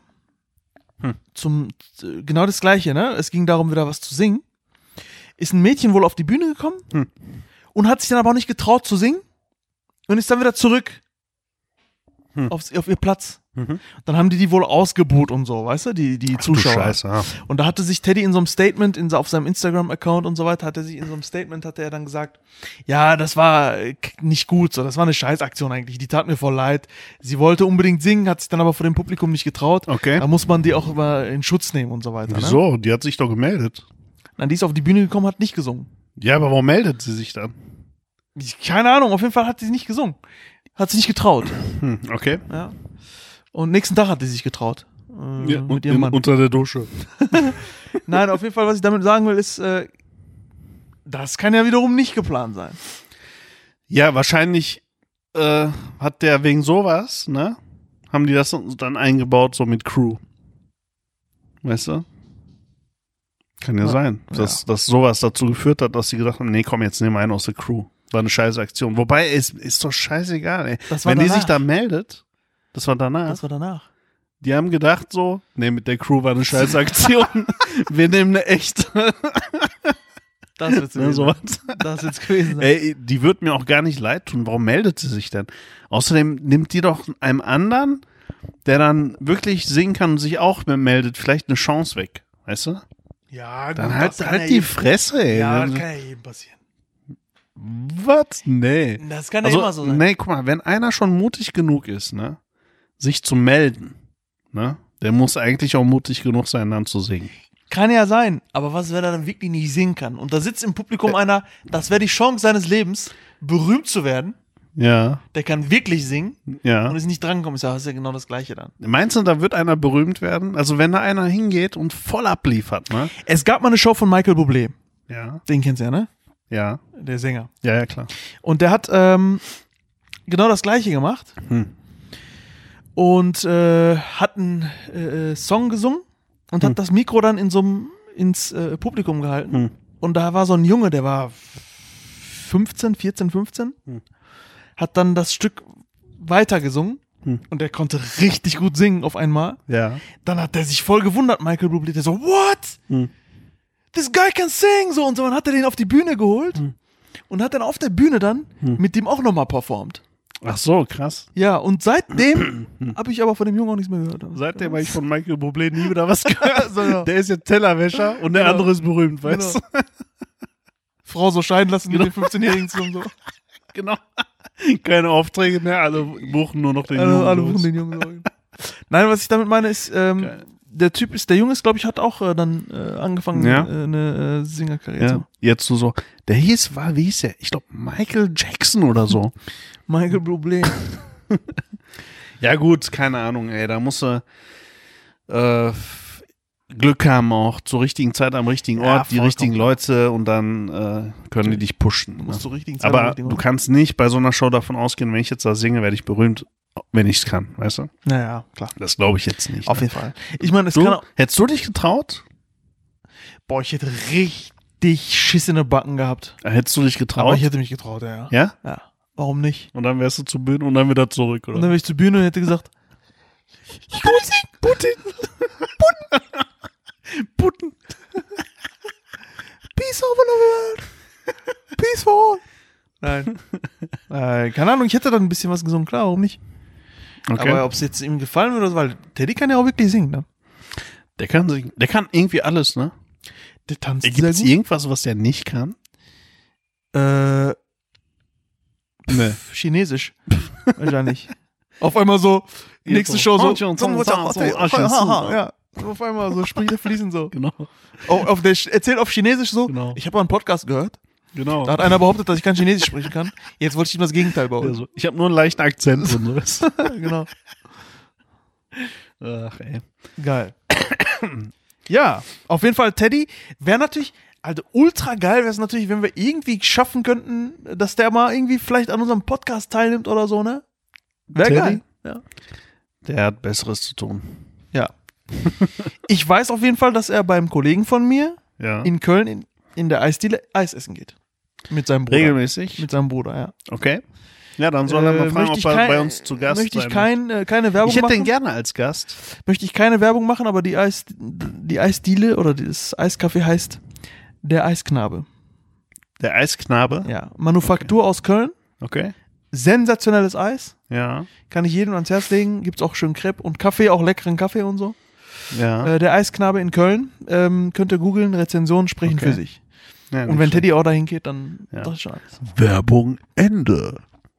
Genau das Gleiche, ne? Es ging darum, wieder was zu singen. Ist ein Mädchen wohl auf die Bühne gekommen und hat sich dann aber auch nicht getraut zu singen und ist dann wieder zurück auf ihr Platz. Dann haben die wohl ausgebuht und so, weißt du, die Zuschauer. Scheiße, ja. Und da hatte sich Teddy in so einem Statement, auf seinem Instagram-Account und so weiter, hatte er dann gesagt, ja, das war nicht gut, so, das war eine Scheißaktion eigentlich, die tat mir voll leid. Sie wollte unbedingt singen, hat sich dann aber vor dem Publikum nicht getraut. Okay. Da muss man die auch immer in Schutz nehmen und so weiter. Wieso? Ne? Die hat sich doch gemeldet. Nein, die ist auf die Bühne gekommen, hat nicht gesungen. Ja, aber warum meldet sie sich dann? Keine Ahnung, auf jeden Fall hat sie nicht gesungen. Hat sie nicht getraut. Okay. Ja. Und nächsten Tag hat sie sich getraut. Mit ihrem Mann. Unter der Dusche. Nein, auf jeden Fall, was ich damit sagen will, ist, das kann ja wiederum nicht geplant sein. Ja, wahrscheinlich hat der wegen sowas, ne? Haben die das dann eingebaut, so mit Crew. Weißt du? Kann ja sein, dass sowas dazu geführt hat, dass sie gedacht haben, nee, komm, jetzt nehmen wir einen aus der Crew. War eine scheiß Aktion. Wobei, es ist doch scheißegal, ey. Wenn die sich da meldet, das war danach. Das war danach. Die haben gedacht so, nee, mit der Crew war eine scheiß Aktion. Wir nehmen eine echte. Das wird's gewesen sein. Das wird's gewesen sein. Ey, die wird mir auch gar nicht leid tun. Warum meldet sie sich denn? Außerdem nimmt die doch einem anderen, der dann wirklich singen kann und sich auch meldet, vielleicht eine Chance weg. Weißt du? Ja, dann halt die Fresse, ey. Ja, das kann ja jedem passieren. Was? Nee. Das kann ja immer so sein. Nee, guck mal, wenn einer schon mutig genug ist, ne, sich zu melden, ne, der muss eigentlich auch mutig genug sein, dann zu singen. Kann ja sein, aber was, wenn er dann wirklich nicht singen kann? Und da sitzt im Publikum einer, das wäre die Chance seines Lebens, berühmt zu werden. Ja. Der kann wirklich singen Ja. und ist nicht drangekommen. Ist ja genau das Gleiche dann. Meinst du, da wird einer berühmt werden? Also wenn da einer hingeht und voll abliefert, ne? Es gab mal eine Show von Michael Bublé. Ja. Den kennst du ja, ne? Ja. Der Sänger. Ja, ja, klar. Und der hat genau das Gleiche gemacht. Und hat einen Song gesungen und hat das Mikro dann ins Publikum gehalten. Und da war so ein Junge, der war 14, 15. Hat dann das Stück weitergesungen. Und der konnte richtig gut singen auf einmal. Ja. Dann hat der sich voll gewundert, Michael Bublé. Der so, what? This guy can sing! So und so. Und hat er den auf die Bühne geholt und hat dann auf der Bühne dann mit dem auch nochmal performt. Ach so, krass. Ja, und seitdem habe ich aber von dem Jungen auch nichts mehr gehört. Seitdem habe ich von Michael Bublé nie wieder was gehört. Der ist jetzt Tellerwäscher und der andere ist berühmt, weißt du? Frau so scheiden lassen mit den 15-Jährigen zusammen. So. Genau. Keine Aufträge mehr, alle buchen nur noch den Jungen. Alle buchen den Jungen. Nein, was ich damit meine ist, der Junge ist, glaube ich, hat auch dann angefangen, eine Singerkarriere zu machen. Jetzt so, wie hieß der? Ich glaube, Michael Jackson oder so. Michael Bublé. Ja gut, keine Ahnung, ey, da musst du Glück haben auch, zur richtigen Zeit am richtigen Ort, die richtigen Leute und dann können die dich pushen. Du musst zur richtigen Zeit aber du kannst nicht bei so einer Show davon ausgehen, wenn ich jetzt da singe, werde ich berühmt, wenn ich es kann, weißt du? Naja, klar. Das glaube ich jetzt nicht. Auf jeden Fall. Ich meine, hättest du dich getraut? Boah, ich hätte richtig Schiss in den Backen gehabt. Hättest du dich getraut? Aber ich hätte mich getraut, ja. Ja? Ja. Warum nicht? Und dann wärst du zur Bühne und dann wieder zurück, oder? Und dann wäre ich zur Bühne und hätte gesagt, Putin. Peace over the world. Peace for all. Nein. Keine Ahnung, ich hätte dann ein bisschen was gesungen, klar, warum nicht? Okay. Aber ob es jetzt ihm gefallen würde, weil Teddy kann ja auch wirklich singen, ne? Der kann singen. Der kann irgendwie alles, ne? Der tanzt Gibt es irgendwas, was der nicht kann? Nee. Chinesisch. Wahrscheinlich. Auf einmal so, nächste Show so. Ja. Auf einmal so spricht er fließend so. Genau. Erzählt auf Chinesisch so. Genau. Ich habe mal einen Podcast gehört. Genau. Da hat einer behauptet, dass ich kein Chinesisch sprechen kann. Jetzt wollte ich ihm das Gegenteil bauen. Also, ich habe nur einen leichten Akzent und so. Genau. Ach, ey. Geil. Ja, auf jeden Fall Teddy wäre natürlich, also ultra geil wäre es natürlich, wenn wir irgendwie schaffen könnten, dass der mal irgendwie vielleicht an unserem Podcast teilnimmt oder so, ne? Wäre geil. Ja. Der hat Besseres zu tun. Ja. Ich weiß auf jeden Fall, dass er beim Kollegen von mir in Köln in der Eisdiele Eis essen geht. Mit seinem Bruder. Regelmäßig? Mit seinem Bruder, ja. Okay. Ja, dann soll er mal fragen, ob er bei uns zu Gast möchte ich sein keine Werbung machen. Ich hätte den gerne als Gast. Möchte ich keine Werbung machen, aber die Eisdiele oder das Eiskaffee heißt Der Eisknabe. Der Eisknabe? Ja. Manufaktur aus Köln. Okay. Sensationelles Eis. Ja. Kann ich jedem ans Herz legen. Gibt's auch schön Crepe und Kaffee, auch leckeren Kaffee und so. Ja. Der Eisknabe in Köln. Könnt ihr googeln, Rezensionen sprechen für sich. Ja, und wenn Teddy auch dahin geht, dann das ist schon alles. Werbung Ende.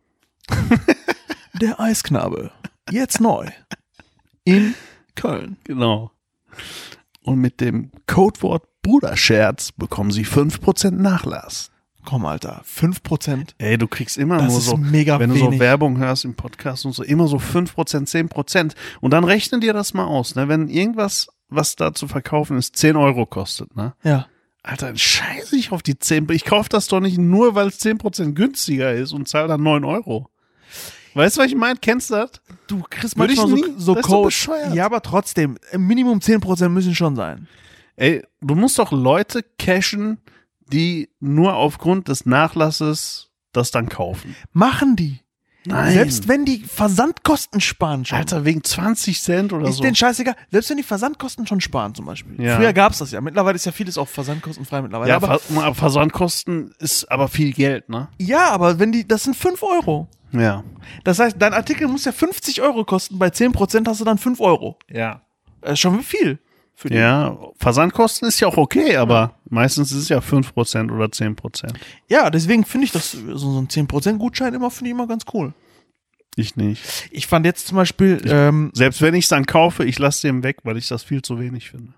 Der Eisknabe. Jetzt neu. In Köln. Genau. Und mit dem Codewort Bruderscherz bekommen Sie 5% Nachlass. Komm, Alter, 5%. Ey, du kriegst immer das nur ist so, mega wenn du wenig. so Werbung hörst im Podcast und so, immer so 5%, 10%. Und dann rechne dir das mal aus, ne? Wenn irgendwas, was da zu verkaufen ist, 10 Euro kostet, ne? Ja. Alter, dann scheiße ich auf die 10. Ich kaufe das doch nicht nur, weil es 10% günstiger ist und zahle dann 9 Euro. Weißt du, was ich meine? Kennst du das? Du kriegst Würde manchmal ich nie. so Das ist doch Code. bescheuert. Ja, aber trotzdem, Minimum 10% müssen schon sein. Ey, du musst doch Leute cashen, die nur aufgrund des Nachlasses das dann kaufen. Machen die. Nein. Selbst wenn die Versandkosten sparen schon. Alter, wegen 20 Cent oder ist so. denen scheißegal. Selbst wenn die Versandkosten schon sparen zum Beispiel. Ja. Früher gab's das ja. Mittlerweile ist ja vieles auch versandkostenfrei mittlerweile. Ja, aber Versandkosten ist aber viel Geld, ne? ja, aber das sind 5 Euro. Ja. Das heißt, dein Artikel muss ja 50 Euro kosten. Bei 10% hast du dann 5 Euro. Ja. Das ist schon viel. Für die. Ja, Versandkosten ist ja auch okay, aber meistens ist es ja 5% oder 10%. Ja, deswegen finde ich das so ein 10% Gutschein finde ich immer ganz cool. Ich nicht. Ich fand jetzt zum Beispiel, Selbst wenn ich es dann kaufe, ich lasse den weg, weil ich das viel zu wenig finde.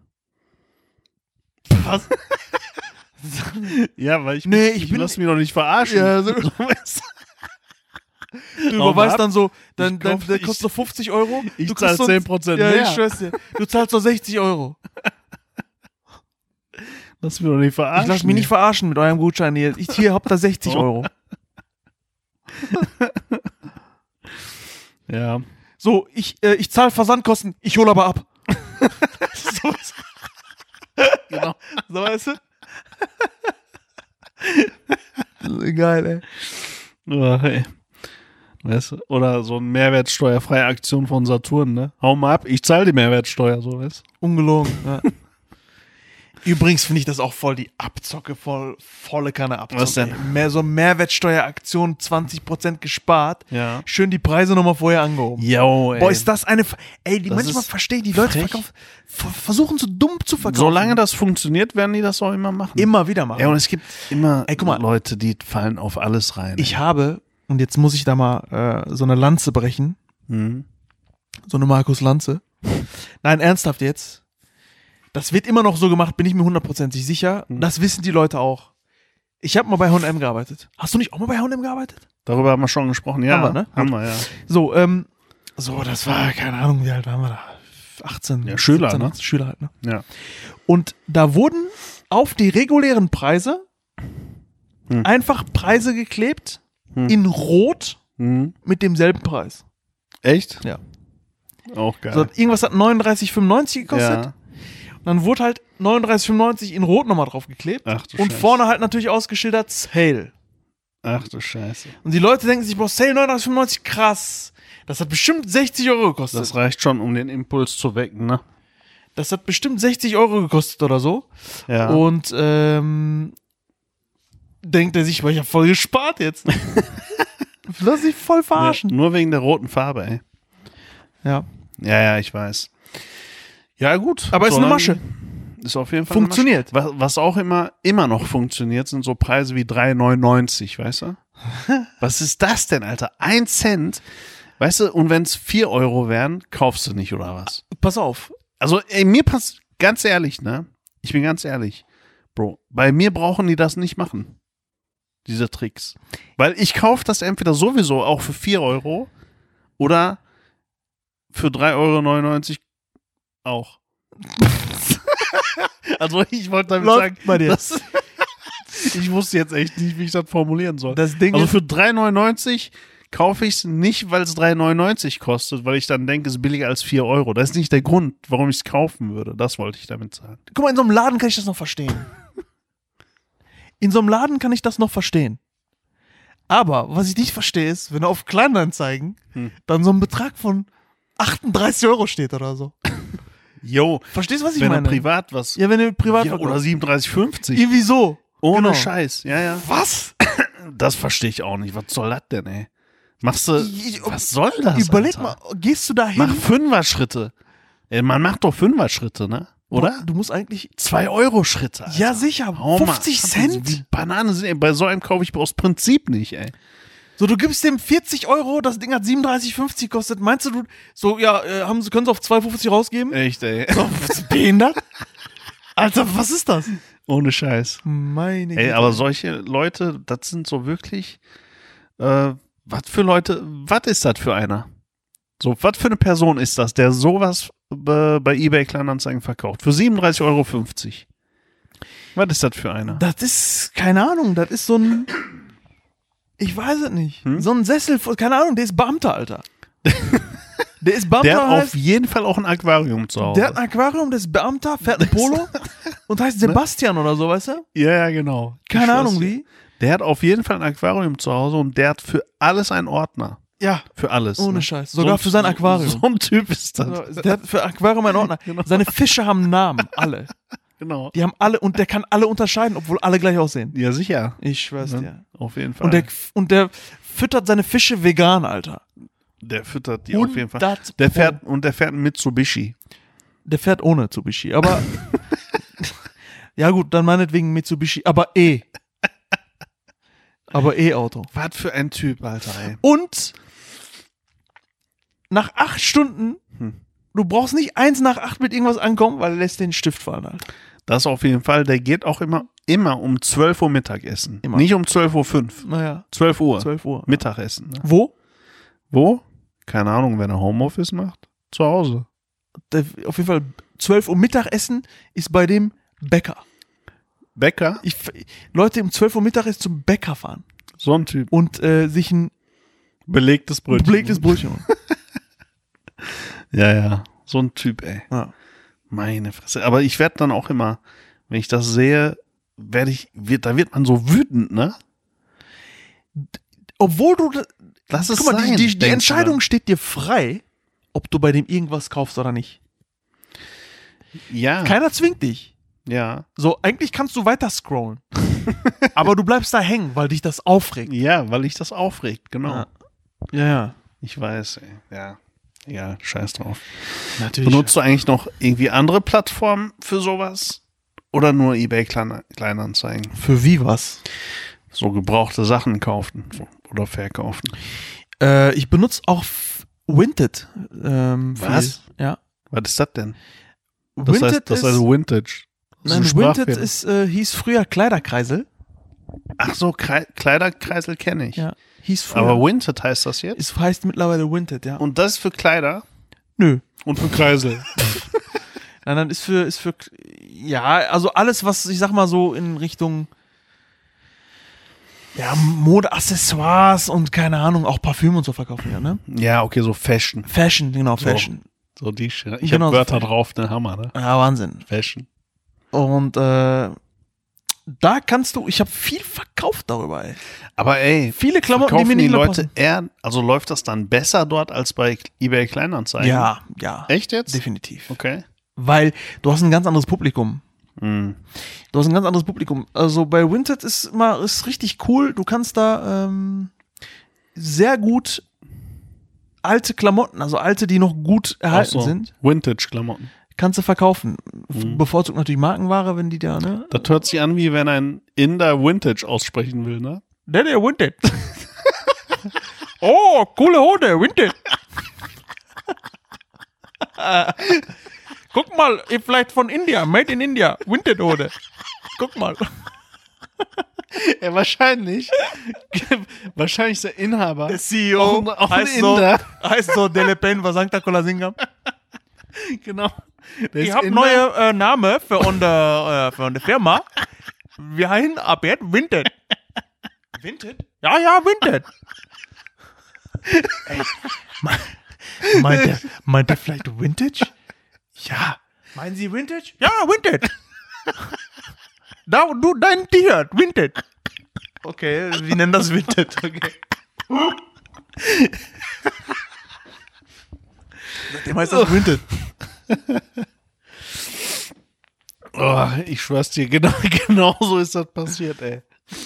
was? Ja, weil ich Nee, ich bin- lass mich doch nicht verarschen. Ja, so- Du überweist dann so, der kostet so 50 Euro. Ich zahle 10% mehr. Ja, ich schwör's dir. Du zahlst so 60 Euro. Lass mich doch nicht verarschen. Ich lass mich nicht verarschen mit eurem Gutschein hier. Hier habt ihr 60 Euro. Ja. So, ich zahle Versandkosten, ich hole aber ab. So, Genau. So, weißt du? Geil, ey. Oh, hey. Weißt du? Oder so eine mehrwertsteuerfreie Aktion von Saturn, ne? Hau mal ab, ich zahle die Mehrwertsteuer, so, weißt du? Ungelogen, ja. Übrigens finde ich das auch voll die Abzocke, volle Kanne Abzocke. Was denn? So Mehrwertsteueraktion, 20% gespart. Ja. Schön die Preise nochmal vorher angehoben. Jo, ey. Boah, ist das eine... Das manchmal ist verstehe ich, die Leute frech. versuchen so dumm zu verkaufen. Solange das funktioniert, werden die das auch immer machen. Immer wieder machen. Ja, und es gibt immer Ey, guck mal. Leute, die fallen auf alles rein. Ich habe, und jetzt muss ich da mal so eine Lanze brechen, Mhm. so eine Markus-Lanze. Nein, ernsthaft jetzt. Das wird immer noch so gemacht, bin ich mir 100% sicher. Das wissen die Leute auch. Ich habe mal bei H&M gearbeitet. Hast du nicht auch mal bei H&M gearbeitet? Darüber haben wir schon gesprochen, ja. Haben wir, ne? Haben wir, ja. So, das war, keine Ahnung, wie alt waren wir da? 18. Ja, Schüler, 17, ne? 18, Schüler halt, ne? Ja. Und da wurden auf die regulären Preise einfach Preise geklebt in Rot Mhm. mit demselben Preis. Echt? Ja. Auch geil. So, irgendwas hat 39,95 gekostet. Ja. Und dann wurde halt 39,95 in Rot nochmal drauf geklebt. Ach du Und Scheiße. vorne halt natürlich ausgeschildert Sale. Ach du Scheiße. Und die Leute denken sich, boah, Sale 39,95, krass. Das hat bestimmt 60 Euro gekostet. Das reicht schon, um den Impuls zu wecken, ne? Das hat bestimmt 60 Euro gekostet oder so. Ja. Und denkt er sich, weil ich hab voll gespart jetzt. Lass dich voll verarschen. Ja, nur wegen der roten Farbe, ey. Ja. Ja, ich weiß. Ja, gut. Aber ist eine Masche. Ist auf jeden Fall Funktioniert. Eine Masche. Was auch immer noch funktioniert, sind so Preise wie 3,99, weißt du? Was ist das denn, Alter? 1 Cent? Weißt du, und wenn es 4 Euro wären, kaufst du nicht, oder was? Pass auf. Also, ey, mir passt, ganz ehrlich, ne? Ich bin ganz ehrlich. Bro, bei mir brauchen die das nicht machen. Diese Tricks. Weil ich kaufe das entweder sowieso auch für 4 Euro oder für 3,99 Euro auch. Also ich wollte damit Läuft sagen, bei dir. Ich wusste jetzt echt nicht, wie ich das formulieren soll. Das Ding Also ist, für 3,99 kaufe ich es nicht, weil es 3,99 kostet, weil ich dann denke, es ist billiger als 4 Euro. Das ist nicht der Grund, warum ich es kaufen würde. Das wollte ich damit sagen. guck mal, in so einem Laden kann ich das noch verstehen. In so einem Laden kann ich das noch verstehen. Aber was ich nicht verstehe ist, wenn auf Kleinanzeigen dann so ein Betrag von 38 Euro steht oder so. Jo, Verstehst du, was ich wenn meine? er privat was. Ja, wenn du privat Ja, oder 37,50. irgendwie so. Ohne Genau. Scheiß. Ja. Was? Das verstehe ich auch nicht. Was soll das denn, ey? Machst du. Ich- Was soll das? Überleg Alter? mal, gehst du da hin? Mach 5er-Schritte. Man macht doch 5er-Schritte, ne? Oder? Du musst eigentlich. 2-Euro-Schritte. Alter. Ja, sicher. Hau mal 50 ab. Cent? Wie Bananen sind, ey. Bei so einem kaufe ich aus Prinzip nicht, ey. So, du gibst dem 40 Euro, das Ding hat 37,50 gekostet. Meinst du, so, ja, können sie auf 2,50 rausgeben? Echt, ey. So, was ist behindert? Alter, was ist das? Ohne Scheiß. Meine Ey, aber solche Leute, das sind so wirklich, was für Leute, was ist das für einer? So, was für eine Person ist das, der sowas bei eBay Kleinanzeigen verkauft? Für 37,50 Euro. Was ist das für einer? Das ist, keine Ahnung, das ist so ein, ich weiß es nicht, so ein Sessel, keine Ahnung, der ist Beamter, Alter. Der ist Beamter, Der hat heißt, auf jeden Fall auch ein Aquarium zu Hause. der hat ein Aquarium, der ist Beamter, fährt ein Polo und heißt Sebastian oder so, weißt du? Ja, genau. Keine Ich Ahnung schwör's dir. wie. Der hat auf jeden Fall ein Aquarium zu Hause und der hat für alles einen Ordner. Ja, Für alles. ohne ne? Scheiß. Sogar für sein Aquarium. So ein Typ ist das. So, der hat für Aquarium einen Ordner. Seine Fische haben Namen, alle. Genau. Die haben alle, und der kann alle unterscheiden, obwohl alle gleich aussehen. Ja, sicher. Ich schwör's Ne? dir. Auf jeden Fall. Und der füttert seine Fische vegan, Alter. Der füttert die auf jeden Fall. 100 Der fährt einen Mitsubishi. Der fährt ohne Mitsubishi, aber ja gut, dann meinetwegen Mitsubishi, aber aber E-Auto. Was für ein Typ, Alter, ey. Und nach 8 Stunden, du brauchst nicht 1 nach 8 mit irgendwas ankommen, weil er lässt den Stift fallen, Alter. Das auf jeden Fall. Der geht auch immer um 12 Uhr Mittagessen. Immer. Nicht um 12.05 Uhr. Naja, 12 Uhr. 12 Uhr. Mittagessen. Ne? Wo? Wo? Keine Ahnung, wenn er Homeoffice macht. Zu Hause. Auf jeden Fall 12 Uhr Mittagessen ist bei dem Bäcker. Bäcker? Leute um 12 Uhr Mittagessen zum Bäcker fahren. So ein Typ. Und sich ein belegtes Brötchen holen. Ja. So ein Typ, ey. Ja. Meine Fresse. Aber ich werde dann auch immer, wenn ich das sehe, da wird man so wütend, ne? Obwohl du... Lass es guck mal, sein, die Entscheidung steht dir frei, ob du bei dem irgendwas kaufst oder nicht. Ja. Keiner zwingt dich. Ja. So, eigentlich kannst du weiter scrollen. Aber du bleibst da hängen, weil dich das aufregt. Ja, weil dich das aufregt, genau. Ja. Ich weiß, ey. Ja. Ja, scheiß drauf. Natürlich. Benutzt du eigentlich noch irgendwie andere Plattformen für sowas? Oder nur eBay Kleinanzeigen? Für wie was? So gebrauchte Sachen kaufen oder verkaufen. Ich benutze auch Vinted. Was? Ja. Was ist das denn? Das heißt Vintage. Nein, Vinted hieß früher Kleiderkreisel. Ach so, Kleiderkreisel kenne ich. Ja, hieß früher. Aber Vinted heißt das jetzt? Es heißt mittlerweile Vinted, ja. Und das ist für Kleider? Nö. Und für Kreisel? Nein, dann ist für, ja, also alles, was, ich sag mal so in Richtung, ja, Modeaccessoires und keine Ahnung, auch Parfüm und so verkaufen, ja, ne? Ja, okay, so Fashion. Fashion, genau, Fashion. So die Shit. Ich Genau, habe Wörter so drauf, den Hammer, ne? Ja, Wahnsinn. Fashion. Und da kannst du, ich habe viel verkauft darüber, ey. Aber ey, viele Klamotten, die mir nicht mehr passen. Also läuft das dann besser dort als bei eBay Kleinanzeigen? Ja. Echt jetzt? Definitiv. Okay. Weil du hast ein ganz anderes Publikum. Mhm. Du hast ein ganz anderes Publikum. Also bei Vinted ist richtig cool. Du kannst da sehr gut alte Klamotten, also alte, die noch gut erhalten sind. Vintage-Klamotten. Kannst du verkaufen. Bevorzugt natürlich Markenware, wenn die da, ne? Das hört sich an, wie wenn ein Inder Vintage aussprechen will, ne? Der Vintage. Oh, coole Hode, Vintage. Guck mal, vielleicht von India, made in India, Vintage-Hode. Guck mal. Ja, wahrscheinlich. Wahrscheinlich der Inhaber. Der CEO auch ein Inder. Heißt so Dele Pen, was sagt der Kolasingam? Genau. Ich habe neue Name für unsere Firma. Wir heißen ab jetzt Vinted. Vinted? Ja, Vinted. Ey, meint der vielleicht Vintage? Ja. Meinen Sie Vintage? Ja, Vinted. Da, du, dein T-Shirt, Vinted. Okay, wir nennen das Vinted. Okay. Seitdem heißt das Vinted. Oh, ich schwör's dir, genau so ist das passiert, ey.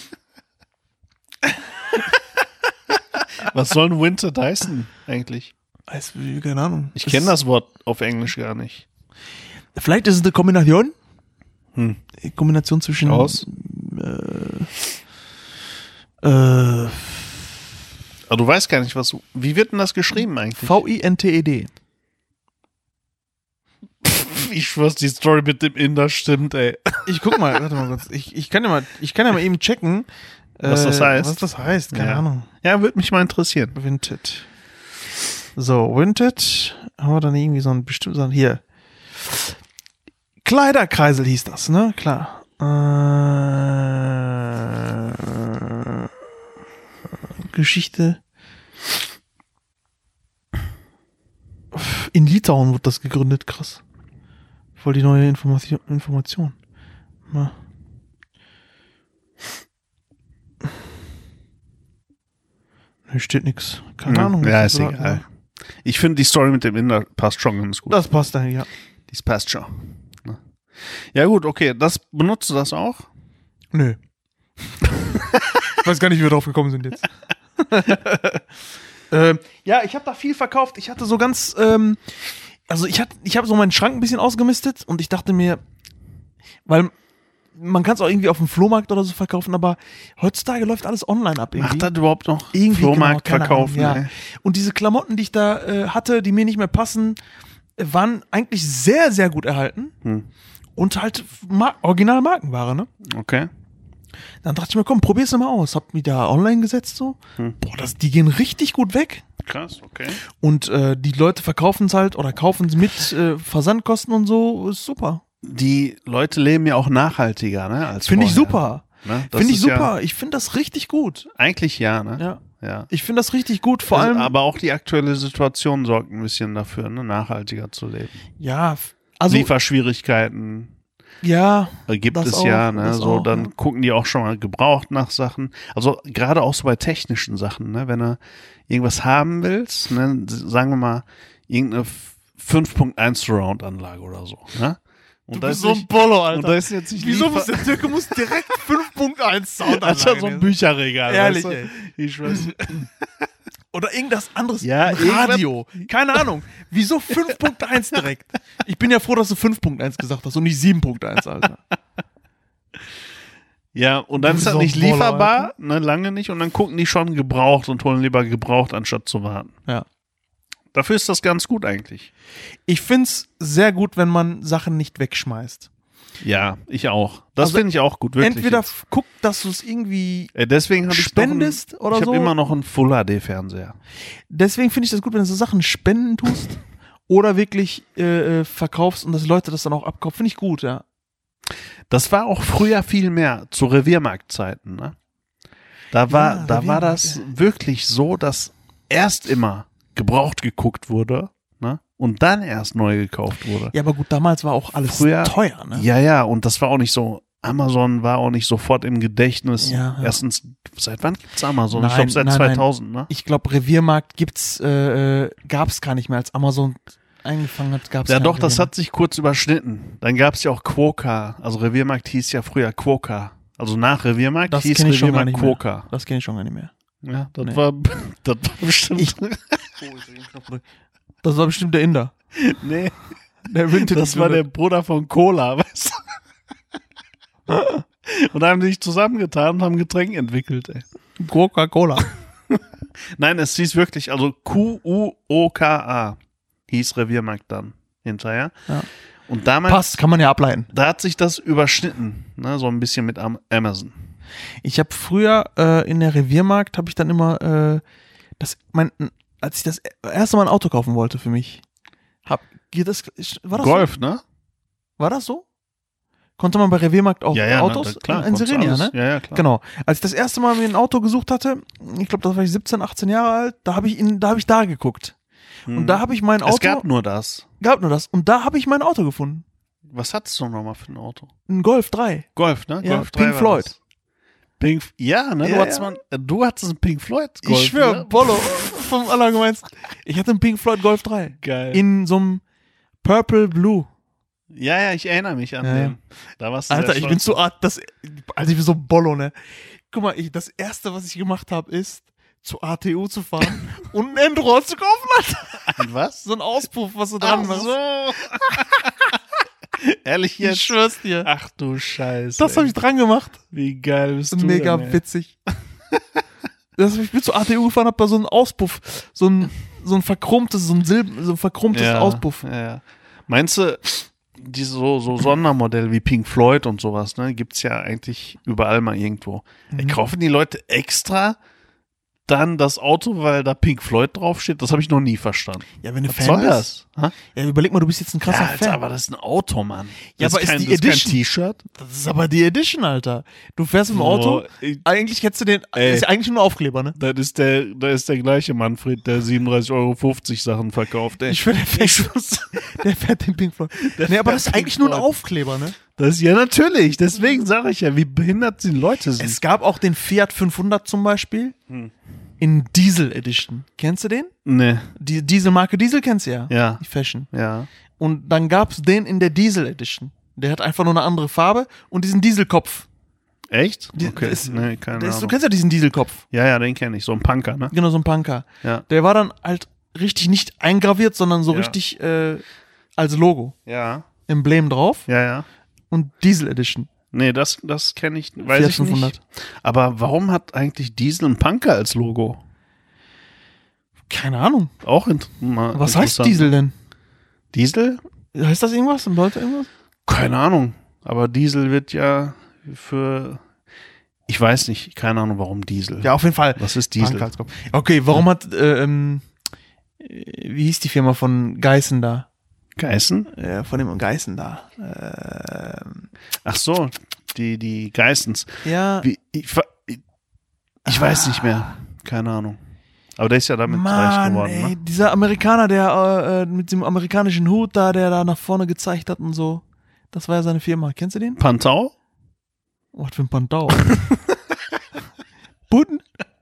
Was soll ein Vinted heißen, eigentlich? Keine Ahnung. Ich kenne das Wort auf Englisch gar nicht. Vielleicht ist es eine Kombination. Kombination zwischen aus. Aber du weißt gar nicht, wie wird denn das geschrieben eigentlich? Vinted. Ich schwör's, die Story mit dem Inder stimmt, ey. Ich guck mal, warte mal kurz. Ich kann ja mal eben checken, was das heißt. Was das heißt, keine Ahnung. Ja, würde mich mal interessieren. Vinted. So, Vinted. Haben wir dann irgendwie so ein bestimmtes, hier. Kleiderkreisel hieß das, ne? Klar. Geschichte. In Litauen wird das gegründet, krass. Voll die neue Information. Mal. Hier steht nichts. Keine Ahnung. Ja, ist egal. Ich finde, die Story mit dem Inder passt schon ganz gut. Das passt dann, ja. Das passt schon. Ja gut, okay. Benutzt du das auch? Nö. Ich weiß gar nicht, wie wir drauf gekommen sind jetzt. Ja, ich habe da viel verkauft. Ich hatte so ganz, also ich habe so meinen Schrank ein bisschen ausgemistet und ich dachte mir, weil man kann es auch irgendwie auf dem Flohmarkt oder so verkaufen, aber heutzutage läuft alles online ab. Irgendwie. Macht das überhaupt noch irgendwie Flohmarkt genau, verkaufen? Ahnung, ja. Und diese Klamotten, die ich da hatte, die mir nicht mehr passen, waren eigentlich sehr, sehr gut erhalten. Und halt original Markenware, ne? Okay. Dann dachte ich mir, komm, probier's mal aus. Hab mich da online gesetzt so. Boah, die gehen richtig gut weg. Krass, okay. Und die Leute verkaufen es halt oder kaufen es mit Versandkosten und so. Ist super. Die Leute leben ja auch nachhaltiger, ne? Als Finde ich vorher. super. Ne? Finde ich super. Ja, ich finde das richtig gut. Eigentlich ja, ne? Ja. Ja. Ich finde das richtig gut, vor allem. Aber auch die aktuelle Situation sorgt ein bisschen dafür, ne? Nachhaltiger zu leben. Ja, also. Lieferschwierigkeiten. Ja. Gibt es auch, ja, ne? So, auch, dann ja. gucken die auch schon mal gebraucht nach Sachen. Also gerade auch so bei technischen Sachen, ne? Wenn du irgendwas haben willst, ne? Sagen wir mal, irgendeine 5.1 Surround-Anlage oder so, ne? Und du bist so ein Bollo, Alter. Und da ist jetzt nicht wieso muss der Türke muss direkt 5.1 Sound anlage so ein Bücherregal. Ehrlich, weißt du? ey. Ich weiß. Oder irgendwas anderes. Ja, Radio. Keine Ahnung. Wieso 5.1 direkt? Ich bin ja froh, dass du 5.1 gesagt hast und nicht 7.1, Alter. Ja, und dann ist das nicht lieferbar, ne, lange nicht. Und dann gucken die schon gebraucht und holen lieber gebraucht, anstatt zu warten. Ja. Dafür ist das ganz gut eigentlich. Ich find's sehr gut, wenn man Sachen nicht wegschmeißt. Ja, ich auch. Das finde ich auch gut, wirklich. Entweder guck, dass du es irgendwie deswegen hab spendest oder so. Ich habe immer noch einen Full-HD-Fernseher. Deswegen finde ich das gut, wenn du so Sachen spenden tust oder wirklich verkaufst und dass Leute das dann auch abkaufen. Finde ich gut, ja. Das war auch früher viel mehr, zu Reviermarktzeiten, ne? Da war das wirklich so, dass erst immer gebraucht geguckt wurde, ne? Und dann erst neu gekauft wurde. Ja, aber gut, damals war auch alles früher, teuer, ne? Ja, und das war auch nicht so, Amazon war auch nicht sofort im Gedächtnis. Ja. Erstens, seit wann gibt's Amazon? Nein, ich glaube seit 2000, ne? Ich glaube, Reviermarkt gab's gar nicht mehr, als Amazon angefangen hat, gab's ja doch, das hat sich kurz überschnitten. Dann gab's ja auch Quokka. Also Reviermarkt hieß ja früher Quokka. Also nach Reviermarkt das hieß Reviermarkt Quokka. Das kenne ich schon gar nicht mehr. Ja, das war bestimmt. Das war bestimmt der Inder. Nee. Der das war der Bruder von Cola, weißt du? Und da haben die sich zusammengetan und haben ein Getränk entwickelt, ey. Coca-Cola. Nein, es hieß wirklich, also Quoka hieß Reviermarkt dann hinterher. Ja. Und damals. Passt, kann man ja ableiten. Da hat sich das überschnitten, ne, so ein bisschen mit Amazon. Ich habe früher in der Reviermarkt, habe ich dann immer als ich das erste Mal ein Auto kaufen wollte für mich, war das Golf, so? Ne? War das so? Konnte man bei Reviermarkt auch Autos klar, in Serenia, ne? Ja, klar. Genau. Als ich das erste Mal mir ein Auto gesucht hatte, ich glaube, da war ich 17, 18 Jahre alt, da habe ich da geguckt. Und da habe ich mein Auto. Es gab nur das. Und da habe ich mein Auto gefunden. Was hattest du nochmal für ein Auto? Ein Golf 3. Golf, ne? Ja, Golf 3 Pink Floyd. Ja, ne? Du hattest einen Pink Floyd Golf. Ich schwöre, ne? Bollo, vom Allergemeinsten. Ich hatte einen Pink Floyd Golf 3. Geil. In so einem Purple Blue. Ja, ich erinnere mich an den. Da warst du Alter, ich bin ich bin so Bollo, ne? Guck mal, das erste, was ich gemacht habe, ist, zur ATU zu fahren und ein Endrohr zu kaufen, Alter. Ein was? So ein Auspuff, was du dran machst. So. Ehrlich jetzt? Ich schwör's dir. Ach du Scheiße. Das habe ich dran gemacht. Wie geil bist du Mega denn, witzig. Ich bin zur ATU gefahren, hab da so einen Auspuff, so ein verchromtes, so ein verchromtes Auspuff. Ja. Meinst du, diese so Sondermodelle wie Pink Floyd und sowas, ne, gibt's ja eigentlich überall mal irgendwo. Kaufen die Leute extra dann das Auto, weil da Pink Floyd draufsteht? Das habe ich noch nie verstanden. Ja, wenn du Was Fan soll bist. das? Ha? Ja, überleg mal, du bist jetzt ein krasser Fan. Aber das ist ein Auto, Mann. Ja, Das aber ist die das Edition? Kein T-Shirt? Das ist aber die Edition, Alter. Du fährst im Auto, eigentlich hättest du den, ist ja eigentlich nur ein Aufkleber, ne? Da ist der gleiche Manfred, der 37,50 € Sachen verkauft, ey. Ich schwör, der fährt den Pink Floyd. Nee, aber das ist eigentlich nur ein Aufkleber, ne? Das ist ja natürlich, deswegen sage ich ja, wie behindert die Leute sind. Es gab auch den Fiat 500 zum Beispiel in Diesel Edition. Kennst du den? Nee. Die Dieselmarke Diesel kennst du ja. Ja. Die Fashion. Ja. Und dann gab's den in der Diesel Edition. Der hat einfach nur eine andere Farbe und diesen Dieselkopf. Echt? Okay. Nee, keine Ahnung. Du kennst ja diesen Dieselkopf. Ja, den kenne ich. So ein Punker, ne? Genau, so ein Punker. Ja. Der war dann halt richtig nicht eingraviert, sondern so richtig als Logo. Ja. Emblem drauf. Ja. Und Diesel Edition. Nee, das kenne ich, weiß Fiat ich 500. nicht. Aber warum hat eigentlich Diesel einen Punker als Logo? Keine Ahnung. Auch Was heißt Diesel denn? Diesel? Heißt das irgendwas? Bedeutet irgendwas? Keine Ahnung. Aber Diesel wird ja für Ich weiß nicht, keine Ahnung, warum Diesel. Ja, auf jeden Fall. Was ist Diesel? Okay, warum hat, wie hieß die Firma von Geißen da? Geißen? Von dem Geißen da. Ach so, die Geissens. Ja. Ich weiß nicht mehr. Keine Ahnung. Aber der ist ja damit reich geworden, ey, ne? Dieser Amerikaner, der mit dem amerikanischen Hut da, der da nach vorne gezeigt hat und so. Das war ja seine Firma. Kennst du den? Pantau? Was für ein Pantau? Putin?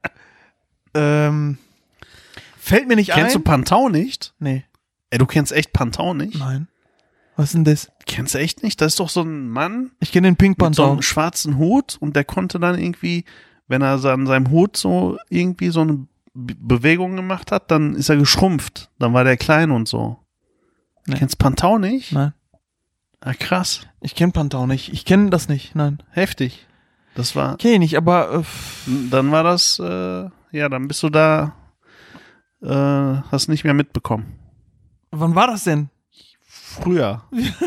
Fällt mir nicht ein. Kennst du Pantau nicht? Nee. Ey, du kennst echt Pantau nicht? Nein. Was ist denn das? Kennst du echt nicht? Das ist doch so ein Mann Ich kenne den Pink mit so Pantau. einem schwarzen Hut und der konnte dann irgendwie, wenn er an seinem Hut so irgendwie so eine Bewegung gemacht hat, dann ist er geschrumpft. Dann war der klein und so. Nee. Kennst Pantau nicht? Nein. Ah, krass. Ich kenne Pantau nicht. Ich kenne das nicht. Nein. Heftig. Das war, Kenn ich nicht, aber dann war das, ja, dann bist du da, hast nicht mehr mitbekommen. wann war das denn? Früher.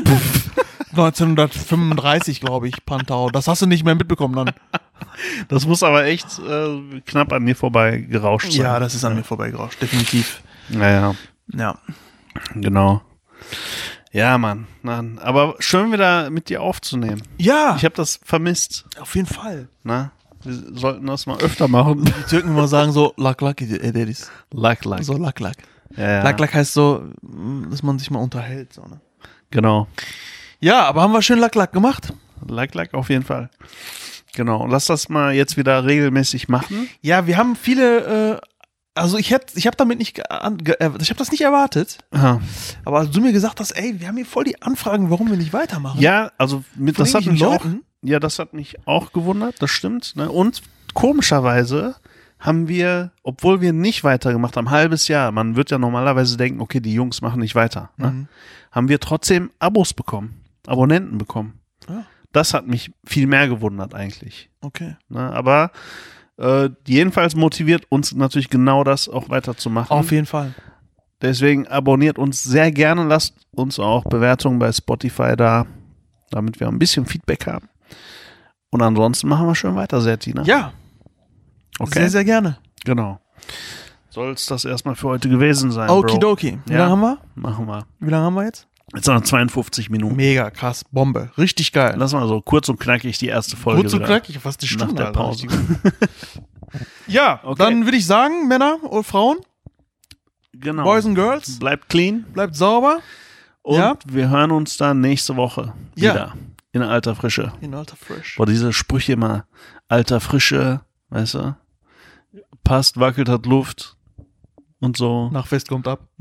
1935, glaube ich, Pantau. Das hast du nicht mehr mitbekommen dann. Das muss aber echt knapp an mir vorbei gerauscht sein. Ja, das ist an mir vorbeigerauscht, definitiv. Naja, Ja. genau. Ja, Mann. Aber schön wieder mit dir aufzunehmen. Ja, Ich habe das vermisst. auf jeden Fall. Na? Wir sollten das mal öfter machen. Die Türken immer sagen so, lak lak, Daddies. Like. So lak lak. Ja. Lak lak heißt so, dass man sich mal unterhält. So, ne? Genau. Ja, aber haben wir schön lak lak gemacht? Like auf jeden Fall. Genau. Lass das mal jetzt wieder regelmäßig machen. Ja, wir haben viele, also ich habe damit nicht, ich habe das nicht erwartet. Aha. Aber als du mir gesagt hast, ey, wir haben hier voll die Anfragen, warum wir nicht weitermachen. Ja, also Von das hat mich irgendwelchen auch. Leuten? Ja, das hat mich auch gewundert, das stimmt. Ne? Und komischerweise haben wir, obwohl wir nicht weitergemacht haben, ein halbes Jahr, man wird ja normalerweise denken, okay, die Jungs machen nicht weiter, ne? Haben wir trotzdem Abos bekommen, Abonnenten bekommen. Ja. Das hat mich viel mehr gewundert eigentlich. Okay. Ne? Aber jedenfalls motiviert uns natürlich genau das auch weiterzumachen. Auf jeden Fall. Deswegen abonniert uns sehr gerne, lasst uns auch Bewertungen bei Spotify da, damit wir ein bisschen Feedback haben. Und ansonsten machen wir schön weiter, Sertina. Ja, okay. sehr, sehr gerne. Genau. Soll es das erstmal für heute gewesen sein, Bro? Okidoki. Wie Ja. lange haben wir? Machen wir. Wie lange haben wir jetzt? Jetzt noch 52 Minuten. Mega krass, Bombe. Richtig geil. Lass mal so kurz und knackig die erste Folge Kurz und wieder. knackig, fast eine Nach Stunde. der Alter. Pause. Ja, Okay. dann würde ich sagen, Männer und Frauen, Genau. Boys and Girls, Bleibt clean. bleibt sauber. Und Ja. wir hören uns dann nächste Woche Ja. wieder. In alter Frische. In alter Frisch. Boah, diese Sprüche immer. Alter Frische, weißt du? Passt, wackelt, hat Luft. Und so. Nach Fest kommt ab.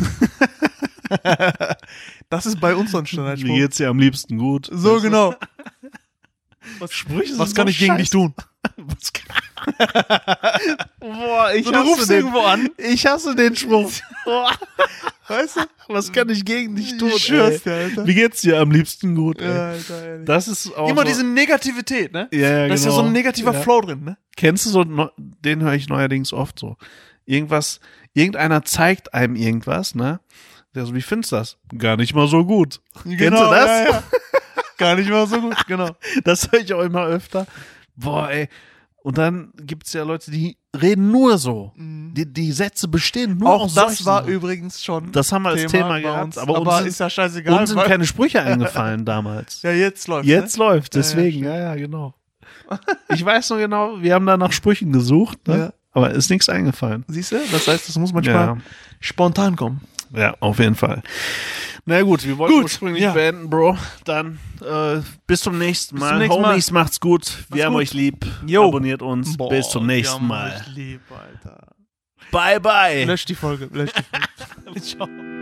Das ist bei uns so ein Standardspruch. Mir geht's dir am liebsten gut. So genau. Sprüche Was kann ich gegen dich tun? Boah, ich So, du rufst irgendwo an. Ich hasse den Spruch. Weißt du? Was kann ich gegen dich tun? Ich schwör's ey? dir, Alter. Wie geht's dir am liebsten gut? Ey? Ja, Alter, ehrlich. Das ist auch Immer so, diese Negativität, ne? Ja, Da ist ja genau. so ein negativer Ja. Flow drin, ne? Kennst du so, den höre ich neuerdings oft so. Irgendeiner zeigt einem irgendwas, ne? Der so, wie findest du das? Gar nicht mal so gut. Kennst du das? Ja, ja. Gar nicht mal so gut, genau. Das höre ich auch immer öfter. Boah, ey. Und dann gibt's ja Leute, die reden nur so. Die Sätze bestehen nur Auch aus das solchen. war übrigens schon Das haben wir als Thema bei gehabt, uns, aber uns ist ja scheißegal. Uns sind weil- keine Sprüche eingefallen damals. ja, jetzt läuft Jetzt ne? läuft, Ja, deswegen, ja, genau. Ich weiß noch genau, wir haben da nach Sprüchen gesucht, ne? Ja. Aber ist nichts eingefallen. Siehst du? Das heißt, das muss manchmal spontan kommen. Ja, auf jeden Fall. Na gut, wir wollten Gut, ursprünglich ja. beenden, Bro. Dann bis zum nächsten Mal. zum nächsten Mal. Homies, macht's gut. Wir haben gut. euch lieb. Jo. Abonniert uns. Boah, bis zum wir nächsten haben Mal. euch lieb, Alter. Bye, bye. Lösch die Folge. Ciao.